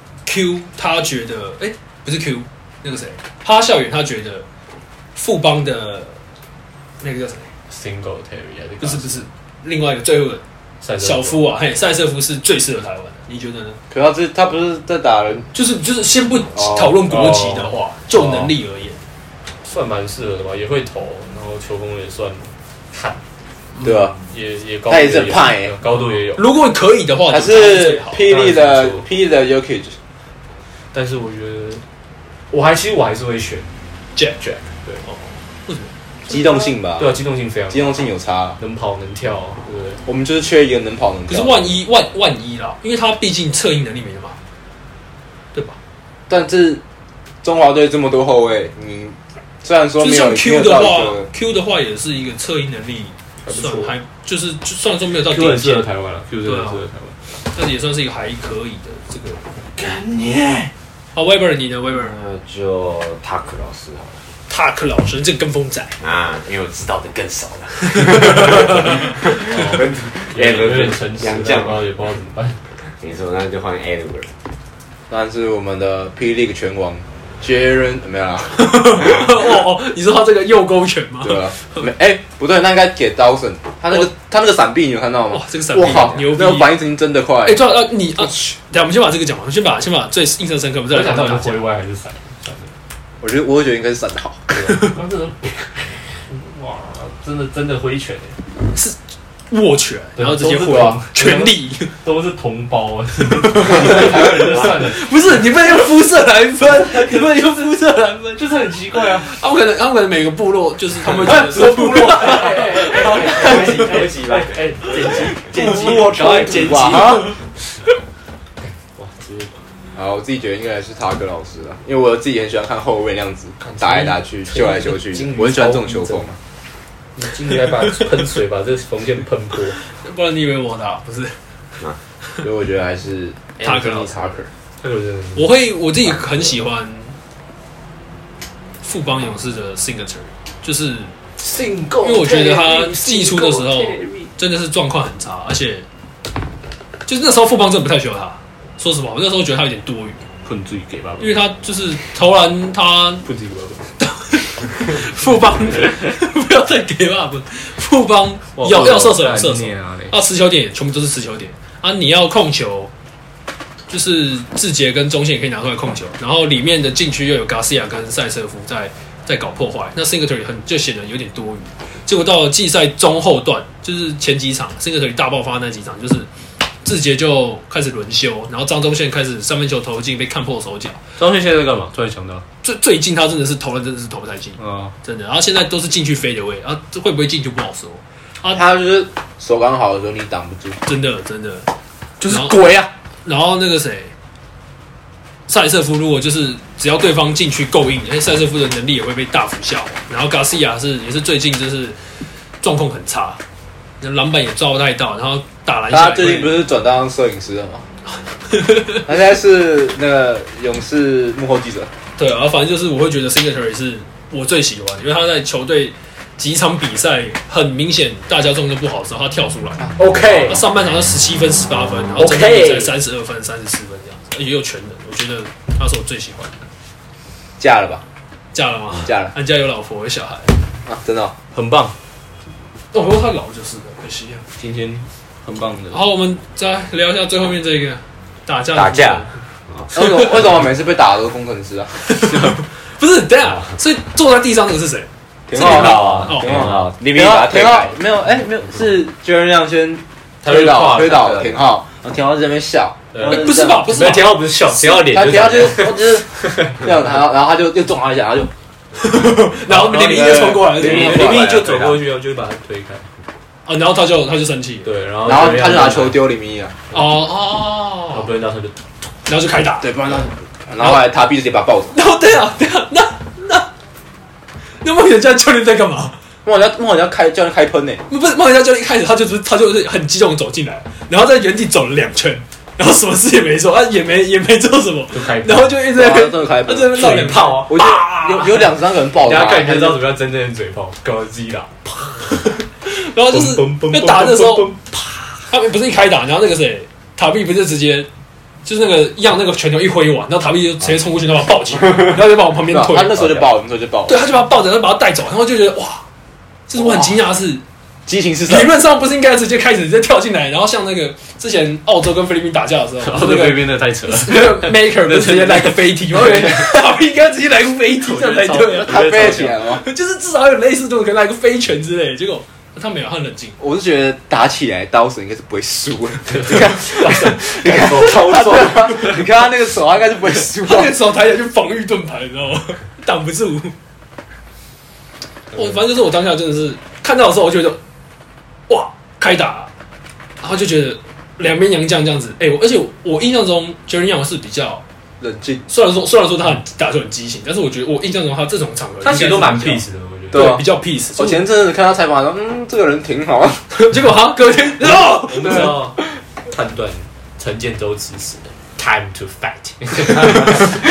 Q， 他觉得哎、欸，不是 Q， 那个谁哈校园他觉得富邦的那个叫什么 Singletary 还是不是不是另外一个最后的小夫啊，嘿，塞瑟夫是最适合台湾的，你觉得呢？ 可他这他不是在打人， 就是就是先不讨论国籍的话，哦、就能力而言， 算蛮适合的吧，也会投，然后球风也算悍， 对吧、啊？ 也也高， 他也是很派、欸， 高度也有。 如果可以的话， 他是霹雳的霹雳的 Jokic， 但是我觉得，我还其实我还是会选 Jack Jack， 对哦，为什么？ 机动性吧， 对啊，机动性非常， 机动性有差， 能跑能跳，对不对？ 我们就是缺一个能跑能跳。 可是万一万万一啦，因为他毕竟策应能力没那么好，对吧？ 但是中华队这么多后卫，你虽然说没有， 就像 Q 的话 ，Q 的话也是一个策应能力算还就是就算说没有到顶尖， 台湾了 ，Q 真的适合台湾， 但是也算是一个还可以的这个。 干你！ 好 ，Weber 你呢 ？Weber 那就 Tuck 老师好了。 塔克老师，这个跟风仔啊，因为我知道的更少了。 哦，有点有点诚实， 洋将也不知道怎么办。 没错，那就换 Edward。 当然是我们的 P League 拳王 Jaren 怎么样啊？ 哦哦，你说他这个右勾拳吗？ 对啊，没哎不对，那应该给 Dawson， 他那个、哦、他那个闪避你有看到吗？ 哇，这个闪避哇牛逼， 那个反应真的快。 哎，对啊，你啊，等下我们先把这个讲完，先把先把最印象深刻，我们再来讲到底回歪还是闪？ 我觉得我会觉得应该是闪的好。 哇，真的真的挥拳哎， 是握拳，然后直接挥全力， 都是同胞啊！台湾人就算了， 不是你不能用肤色来分，你不能用肤色来分， 就是很奇怪啊。 他们可能他们可能每个部落就是他们会觉得是部落， 对不起对不起吧，哎，剪辑剪辑我赶快剪辑啊！ 好， 我自己觉得应该是他哥老师啦，因为我自己很喜欢看后卫那样子打来打去、救来救去，我很喜欢这种球风嘛。 你今天还把喷水把这缝线喷破， 不然你以为我打不是？ 所以我觉得还是他哥老师。我会我自己很喜欢富邦勇士的 signature， 就是因为我觉得他季初的时候真的是状况很差，而且就是那时候富邦真的不太需要他。说实话，我那时候觉得他有点多余， 喷自己给吧， 因为他就是投篮他喷自己给吧。 富邦不要再给吧，富邦要要射手有射手，要持球点全部都是持球点啊！你要控球，就是志杰跟中线也可以拿出来控球，然后里面的禁区又有 Garcia 跟塞瑟夫在在搞破坏，那 Singletary 很就显得有点多余。结果到了季赛中后段，就是前几场 Singletary 大爆发那几场，就是志杰就开始轮休，然后张宗宪开始三分球投进被看破手脚。 张宗宪现在在干嘛？突然想到， 最最近他真的是投篮真的是投不太进， 嗯，真的。然后现在都是进去飞的位，然后会不会进就不好说。 啊，他就是手刚好的时候你挡不住， 真的真的就是鬼啊。 然后那个谁，塞瑟夫如果就是只要对方禁区够硬，哎，塞瑟夫的能力也会被大幅下滑。然后 Garcia 是也是最近就是状况很差，篮板也抓不太到，然后打篮下。 他最近不是转当摄影师了吗？他现在是那个勇士幕后记者。 对啊，反正就是我会觉得 Singletary 是我最喜欢，因为他在球队几场比赛很明显大家状况不好的时候，他跳出来。 OK， 他上半场是十七分、十八分，然后整场比赛三十二分、三十四分这样子，也有全能。我觉得他是我最喜欢的。 嫁了吧？ 嫁了吗？ 嫁了。 安家有老婆有小孩啊，真的、哦、 很棒。 哦，不过他老就是了，可惜啊。 今天很棒的。 好，我们再聊一下最后面这个打架。 打架。为什么为什么每次被打的都是工程师啊？ 不是，等一下，所以坐在地上那个是谁？ 田浩啊， 哦， 田浩， 你没把他推开？ 没有，哎，没有，是Jaren亮先推倒推倒田浩，然后田浩在那边笑。 不是吧？不是吧？ 田浩不是笑，田浩脸就田浩就是就是这样，然后然后他就又撞他一下，然后就，然后林明就冲过来， 林明就走过去，就把他推开。 哦，然后他就他就生气， 对，然后然后他就拿球丢林明啊。 哦哦， 然后不然他就。 然后就开打， 对，不然他，然后后来他逼着直接把他抱走。 然后对啊，对啊，那那那梦想家教练在干嘛？ 梦想家梦想家开教练开喷呢？ 不是，梦想家教练一开始他就是他就是很激动的走进来，然后在原地走了两圈，然后什么事也没做，他也没也没做什么， 就开， 然后就一直在真的开喷， 他在那边闹两炮啊！ 我觉得有有两三个人抱他， 大家看就知道什么叫真正的嘴炮，高基啦。 然后就是要打的时候，啪，他们不是一开打，然后那个谁塔比不是直接。就是那个一样，那个拳头一挥完，然后塔比就直接冲过去，然后把他抱起来，然后就把我旁边推。 他那时候就抱，那时候就抱。 对，他就把他抱着，然后把他带走，然后就觉得哇，这是我很惊讶的是， 激情是理论上不是应该直接开始直接跳进来，然后像那个之前澳洲跟菲律宾打架的时候， 澳洲菲律宾那太扯了， 那个 Maker 不是直接来个飞踢吗？塔比应该直接来个飞踢这样才对， 他飞起来吗？ 就是至少有类似这种，可能来个飞拳之类，结果。他没有，他很冷静。 我是觉得打起来，刀神应该是不会输的。你看，你看超重，你看他那个手，他应该是不会输。 他那个手抬起来就防御盾牌，你知道吗？挡不住。我反正就是我当下真的是看到的时候，我就觉得哇，开打，然后就觉得两边洋将这样子。哎、欸，而且我印象中 Jaren Young 是比较冷静。 虽然说虽然说他很打球很激情，但是我觉得我印象中他这种场合， 他其实都蛮 peace 的。 对，比较 peace。 我前阵子看他采访说，嗯，这个人挺好。 结果哈，隔天哦， 我们知道判断陈建州指使的 time to fight。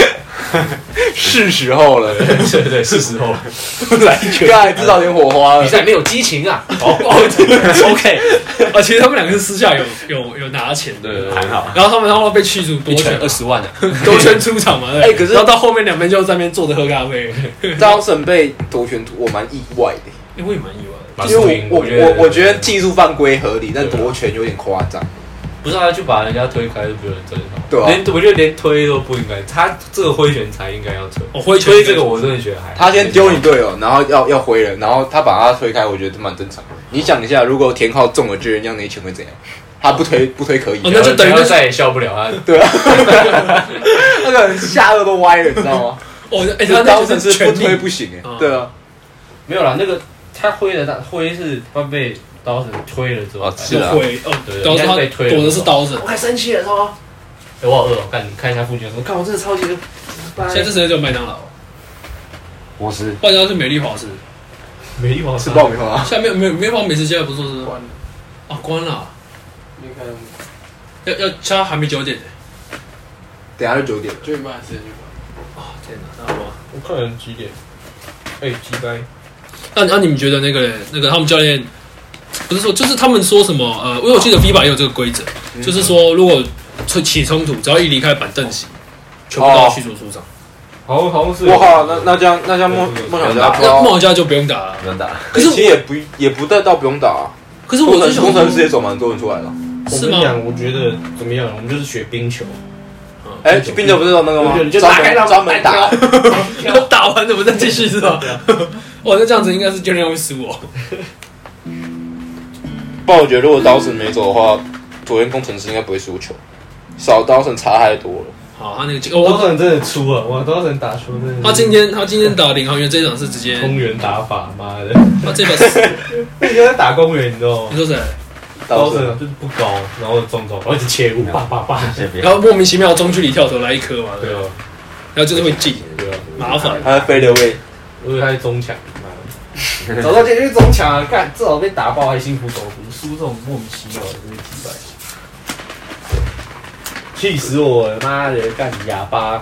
是时候了， 对对，是时候了， 来一拳，刚才制造点火花了。 比赛没有激情啊。 哦哦 ，OK。啊，其实他们两个是私下有有有拿钱的， 对， 很好。 然后他们然后被驱逐夺权二十万的， 夺权出场嘛。 哎，可是然后到后面两边就在那边坐着喝咖啡。 当神被夺权，我蛮意外的。 哎，我也蛮意外的， 因为我我我我觉得技术犯规合理，但夺权有点夸张。 不是他就把人家推开，就不能正常。 对啊， 连我觉得连推都不应该，他这个挥拳才应该要推。 哦，挥推这个我真的觉得还。 他先丢你队友，然后要要挥人，然后他把他推开，我觉得蛮正常的。你想一下，如果田浩中了巨人这样那一拳会怎样？他不推不推可以， 哦，那就等于再也笑不了他。 对啊，那个人下颚都歪了，你知道吗？ 哦，哎， 他当时是不推不行哎，对啊， 没有啦，那个他挥的，他挥是他被。刀神推了之后， 是啊， 挥哦，刀神被推，躲的是刀神。 我快生气了，操！哎，我好饿哦，看看一下附近有什么，看我真的超级。 现在这时间只有麦当劳， 摩斯， 麦当劳是美丽华士， 美丽华士吃爆米花。 现在没有没有没有美食街不是说是关了啊，关了。 没看， 要要现在还没九点呢， 等下就九点， 九点半时间就关。 啊天哪，那好吧。 我看人几点？哎，几掰？ 那那你们觉得那个那个他们教练？不是说，就是他们说什么？呃，因为我记得 V 法也有这个规则，嗯、就是说，如果起冲突，只要一离开板凳席，全部都要驱逐出场。 好，好像是。 哇，那那这样，那这样梦梦想家， 那梦想家就不用打了， 不用打。 可是其实也不也不带到不用打、啊。 可是我工程师也走蛮多人出来了。 是吗？我觉得怎么样？我们就是学冰球。 哎、欸，冰球不是有那个吗？ 就打开专门打， 打完怎么再继续是吧？哇，那这样子应该是教练会输我。 不然我觉得如果刀神没走的话，昨天工程师应该不会输球，少刀神差太多了。 好，他那个刀神真的出了，哇，刀神打出真的。 他今天他今天打领航员这一场是直接公园打法，妈的！ 他这把是， 你在打公园，你知道吗？ 你说谁？ 刀神就是不高，然后中中，然后一直切入，叭叭叭， 然后莫名其妙中距离跳投来一颗嘛， 对吧？ 然后就是会进， 对吧？ 麻烦。 他飞了位， 我以为他是中强。早到进去中强啊！干，至少被打爆还心服口服，输这种莫名其妙的这些击败，气死我了！妈的，干哑巴！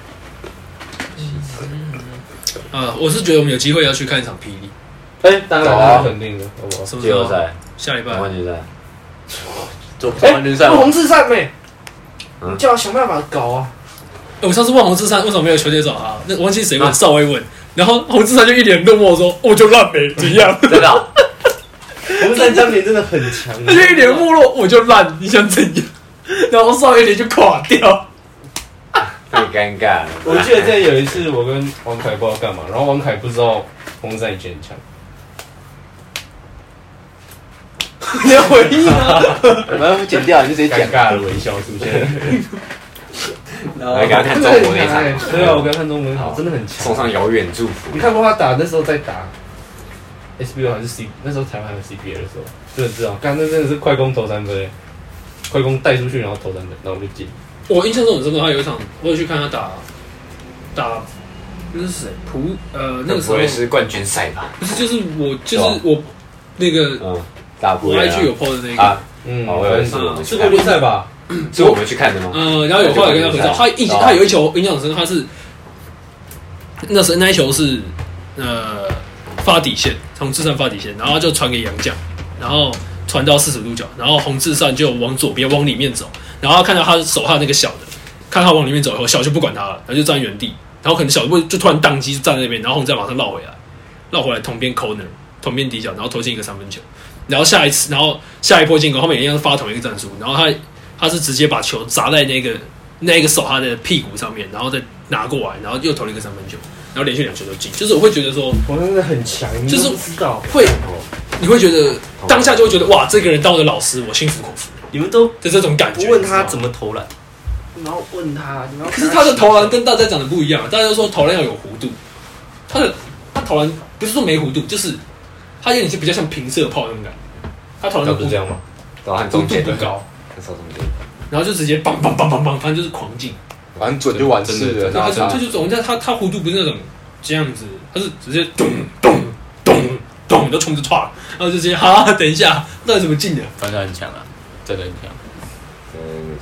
啊，我是觉得我们有机会要去看一场霹雳。 哎，当然那是肯定的，好不好？ 什么季后赛， 下礼拜冠军赛， 总冠军赛， 万宏志善没？你叫我想办法搞啊！ 我上次问洪志善为什么没有球队找他，那我忘记谁问，邵威问。然后洪志善就一脸落寞说：“我就烂没怎样。” 真的、哦， 洪志善当年真的很强， 他就一脸没落，我就烂，你想怎样？然后邵威脸就垮掉， 太尴尬了。 我记得之前有一次，我跟王凯不知道干嘛，然后王凯不知道洪志善以前很强。 你要回应啊！ 我们剪掉，你就直接尴尬的微笑出现。 来给他看中国那场， 对啊，我给他看中国那场，真的很强， 送上遥远祝福。 你看过他打那时候在打 S B L 还是 C？ 那时候台湾还有 C B L 的时候，真的知道，刚那真的是快攻投三分，快攻带出去然后投三分，然后我就进。 我印象中很深刻，他有一场我有去看他打打，那是谁？普呃那个时候不会是冠军赛吧？ 不是，就是我就是我那个嗯，大我 I G 有 po 的那个， 嗯， 我以为是我们是冠军赛吧？ 是我们去看的吗？ 呃，然后有后来跟他合照，他一他有一球印象很深刻，他是那时候那一球是呃发底线，洪志善发底线，然后他就传给杨将，然后传到四十度角，然后洪志善就往左边往里面走，然后他看到他手下那个小的，看他往里面走以后，小就不管他了，然后就站原地，然后可能小就就突然宕机就站在那边，然后洪志善马上绕回来，绕回来同边 corner 同边底角，然后投进一个三分球，然后下一次，然后下一波进攻后面一样是发同一个战术，然后他。他是直接把球砸在那个那个手他的屁股上面，然后再拿过来，然后又投了一个三分球，然后连续两球都进。就是我会觉得说， 我真的很强， 就是知道会，你会觉得当下就会觉得哇，这个人当我的老师，我心服口服。 你们都就这种感觉。 不问他怎么投篮，然后问他， 可是他的投篮跟大家讲的不一样，大家都说投篮要有弧度，他的他投篮不是说没弧度，就是他有点是比较像平射炮那种感觉。他投篮不是这样吗？ 投中间不高。然后就直接棒棒棒棒棒，反正就是狂进， 反正准就完事了。 他就他就总在他他弧度不是那种这样子，他是直接咚咚咚咚都冲着窜，然后就直接哈，等一下，那怎么进的？ 反正很强啊，真的很强。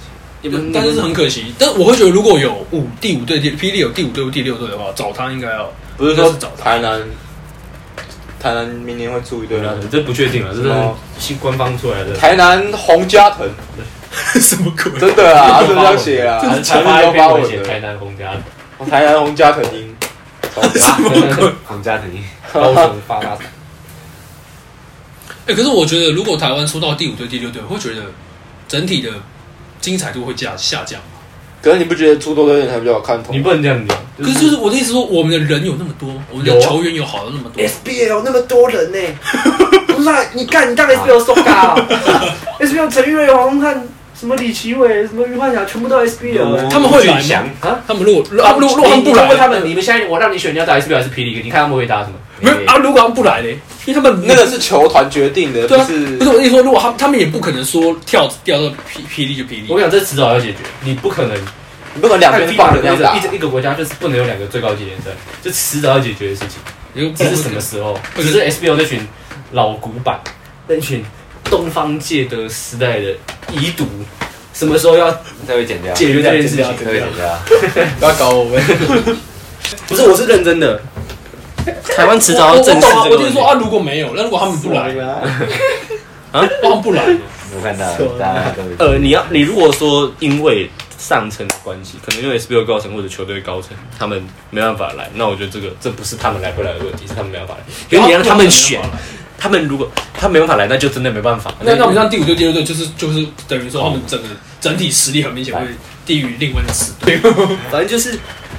你们但是很可惜。但是我会觉得，如果有五第五队，霹雳有第五队或第六队的话，找他应该要不是说找他台南，台南明年会出一队， 这不确定了，这是新官方出来的。 台南洪家腾， 什么鬼？ 真的啊，他是这样写啊， 这是台湾发文写台南洪家腾， 台南洪家腾鹰， 什么鬼？ 洪家腾鹰， 高雄发大财。 哎，可是我觉得，如果台湾出到第五队、第六队，我会觉得整体的精彩度会下下降。 可是你不觉得出多队人才比较好看头？ 你不能这样讲。 可是就是我的意思说，我们的人有那么多，我们的球员有好的那么多 ，S B L 那么多人呢，不是啊？你干，你当 S B L 送嘎 ，S B L 陈玉瑞、黄宗翰、什么李奇伟、什么余焕霞，全部都 S B L， 他们会来吗？啊？他们如果啊，如果他们不来， 他们你们现在我让你选，你要打 S B L 还是霹雳？你看他们会打什么？ 没有啊，如果他们不来嘞，因为他们那个是球团决定的， 对啊， 不是不是我的意思说，如果他他们也不可能说跳掉到霹霹雳就霹雳。 我想这迟早要解决，你不可能。 你不可能两边放着那样打， 一一个国家就是不能有两个最高级联赛，这迟早要解决的事情。只是什么时候？只是 S B L 那群老古板，那群东方界的时代的遗毒，什么时候要再会剪掉解决这件事情？ 再会剪掉， 不要搞我们。 不是，我是认真的。台湾迟早要正视这个问题。 我就是说啊，如果没有，那如果他们不来，啊，他们不来， 我看到大家都呃，你要你如果说因为上层的关系，可能因为 S B L 高层或者球队高层，他们没办法来，那我觉得这个这不是他们来不来的问题，是他们没办法来。因为你让他们选，他们如果他没办法来，那就真的没办法。 那那我们像第五队、第六队，就是就是等于说他们整个整体实力很明显会低于另外的四队。 反正就是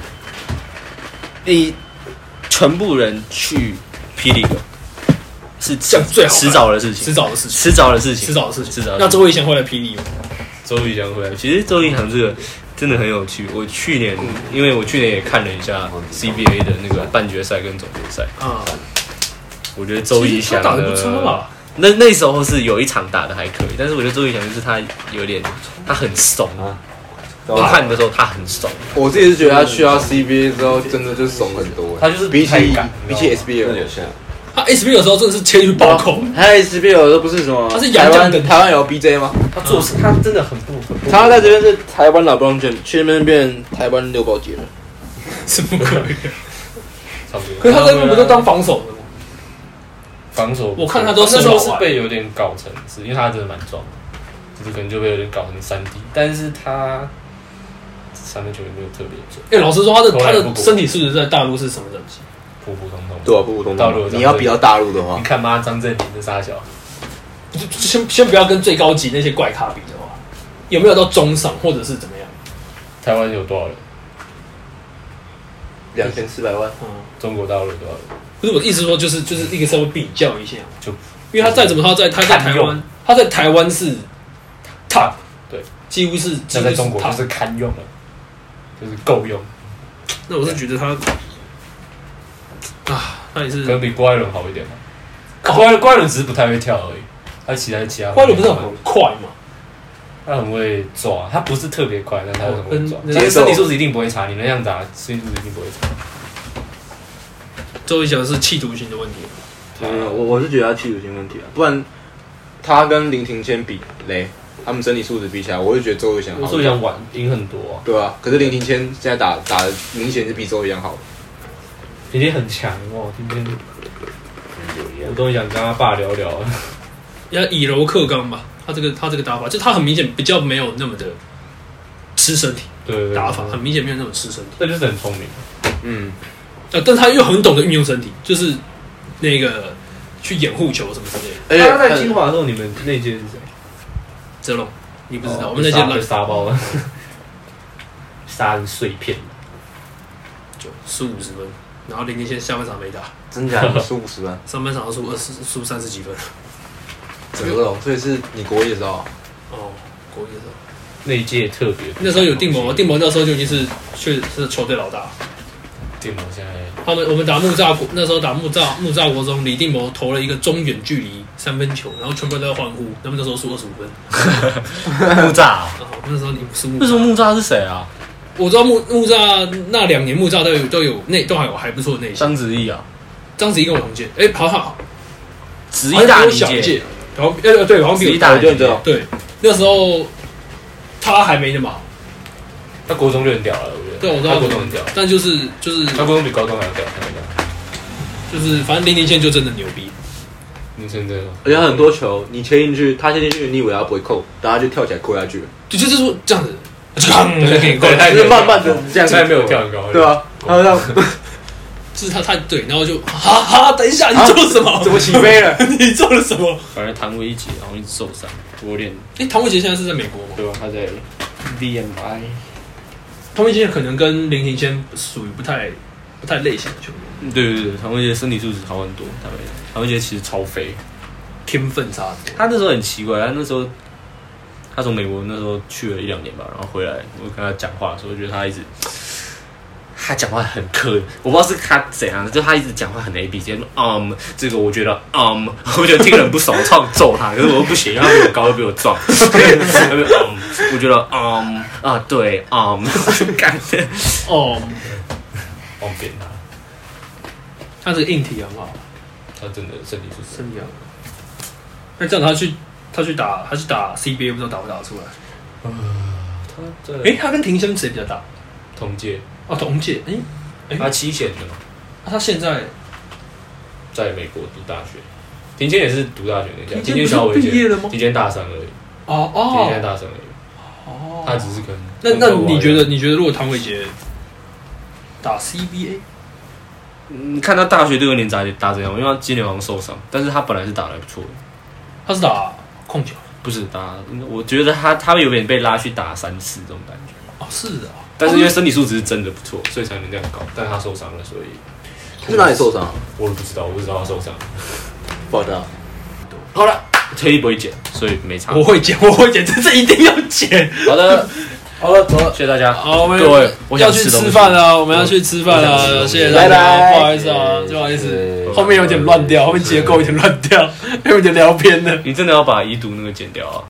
你全部人去霹雳哥是这样最好迟早的事情， 迟早的事情， 迟早的事情， 迟早的事情， 迟早。 那周逸翔会来霹雳吗？ 周逸翔回来，其实周逸翔这个真的很有趣。我去年，因为我去年也看了一下 C B A 的那个半决赛跟总决赛啊，我觉得周逸翔打得不错吧？ 那那时候是有一场打的还可以，但是我觉得周逸翔就是他有点，他很怂啊。我看的时候他很怂， 我自己是觉得他去到 C B A 之后，真的就怂很多。 他就是比起比起 S B L 有像。 他 S B L 的时候真的是切去暴扣， 他 S B L 都不是什么， 他是台湾台湾有 B J 吗？ 他做事他真的很不很不。 他在这边是台湾老帮卷，去那边变台湾六宝姐了， 什么鬼？ 差不多。 可是他在那边不是当防守的吗？ 防守， 我看他都那时候是被有点搞成是，因为他真的蛮壮的，就是可能就被有点搞成三 D， 但是他三分球也没有特别准。 哎，老实说，他的他的身体素质在大陆是什么等级？ 普普通通， 对啊，普普通通。 你要比到大陆的话， 你看妈张镇麟的杀小， 先先不要跟最高级那些怪咖比的话，有没有到中上或者是怎么样？ 台湾有多少人？ 两千四百万。 嗯， 中国大陆有多少人？ 不是我的意思说，就是就是一个稍微比较一下， 就因为他再怎么他在他在台湾，他在台湾是 top， 对， 几乎是那在中国就是堪用了，就是够用。 那我是觉得他。啊，那也是可能比郭艾伦好一点嘛。郭艾郭艾伦只是不太会跳而已，他其他其他。 郭艾伦不是很快吗？ 他很会抓，他不是特别快，但他很会抓。其实身体素质一定不会差，你那样打，身体素质一定不会差。 周逸翔是企图心的问题。 嗯，我我是觉得他企图心问题啊，不然他跟林庭谦比嘞，他们身体素质比起来，我就觉得周逸翔好。 周逸翔晚赢很多啊。 对啊，可是林庭谦现在打打的明显是比周逸翔好。 今天很强哦，今天我都想跟他爸聊聊。 要以柔克刚吧，他这个他这个打法，就他很明显比较没有那么的吃身体， 对打法很明显没有那么吃身体， 这就是很聪明。 嗯， 呃，但他又很懂得运用身体，就是那个去掩护球什么之类的。他在清华的时候，你们那届是谁？ 哲龙，你不知道，我们那届烂沙包了，杀人碎片， 就输五十分。然后林庭谦下半场没打， 真假输五十分， 上半场输二十，输三十几分。 哲龙，所以是你国一的时候？ 哦，国一的时候， 那一届特别。 那时候有定谋，定谋那时候就已经是确是球队老大。 定谋现在， 他们我们打木栅国，那时候打木栅木栅国中，李定谋投了一个中远距离三分球，然后全部都在欢呼。他们那时候输二十五分。 木栅， 那时候你输木栅。 为什么木栅是谁啊？ 我知道木木栅那两年木栅都有都有内都还有还不错的内线。 张子毅啊， 张子毅跟我同届，哎、欸，好好， 子毅大你届，然后呃对，好像比我大一届， 对，那时候他还没那么好。 他国中就很屌了，我觉得。 对，我知道他国中很屌， 但就是就是他国中比高中还要屌，他很屌。 就是反正林林谦就真的牛逼。 林谦真的， 而且很多球你切进去，他切进去，你以为他不会扣，然后他就跳起来扣下去了。 就就是说这样子，就给你扣， 就是慢慢的这样， 他也没有跳很高， 对啊，他这样， 就是他他对，然后就哈哈，等一下，你做了什么？ 怎么起飞了？ 你做了什么？ 反正唐维杰好像一直受伤，我有点。 哎，唐维杰现在是在美国吗？ 对吧？他在 V M I。 唐维杰可能跟林庭谦属于不太不太类型的球员。 对对对，唐维杰身体素质好很多。唐维杰，唐维杰其实超飞， 天分差多。 他那时候很奇怪，他那时候他从美国那时候去了一两年吧，然后回来，我跟他讲话的时候，我觉得他一直他讲话很刻，我不知道是他怎样，就他一直讲话很 A B C， 嗯，这个我觉得嗯，我觉得听得很不爽，我超想揍他，可是我又不行，因为他比我高又比我壮，嗯，我觉得嗯啊对嗯，干的哦， 方便他， 他这个硬体很好， 他真的身体素质身体很好。那这样他去他去打他去打 C B A 不知道打不打得出来？ 呃，他这哎，他跟庭谦谁比较大？ 同届哦，同届。哎哎， 他七贤的嘛， 那他现在在美国读大学，庭谦也是读大学那家， 庭谦今天小伟毕业了吗？ 庭谦大三而已， 哦庭谦哦大三而已， 哦， 他只是可能那那你觉得你觉得如果唐伟杰打 C B A？ 你看他大学这个年打打怎样？因为他今年好像受伤，但是他本来是打得还不错的。 他是打控球， 不是打，我觉得他他有点被拉去打三四这种感觉。 哦，是的、哦， 但是因为身体素质是真的不错，所以才能这样搞。但他受伤了，所以他是哪里受伤？ 我都不知道，我不知道他受伤。 不知道。 好了，特意不会剪，所以没差。 我会剪，我会剪，这这一定要剪。 好的， 好了，走了， 谢谢大家。 好，我们各位，我要去想吃吃饭了，我们要去吃饭了，谢谢大家， 拜拜不好意思啊，不好意思，后面有点乱掉，后面结构有点乱掉，有点聊偏了。 你真的要把遗毒那个剪掉啊？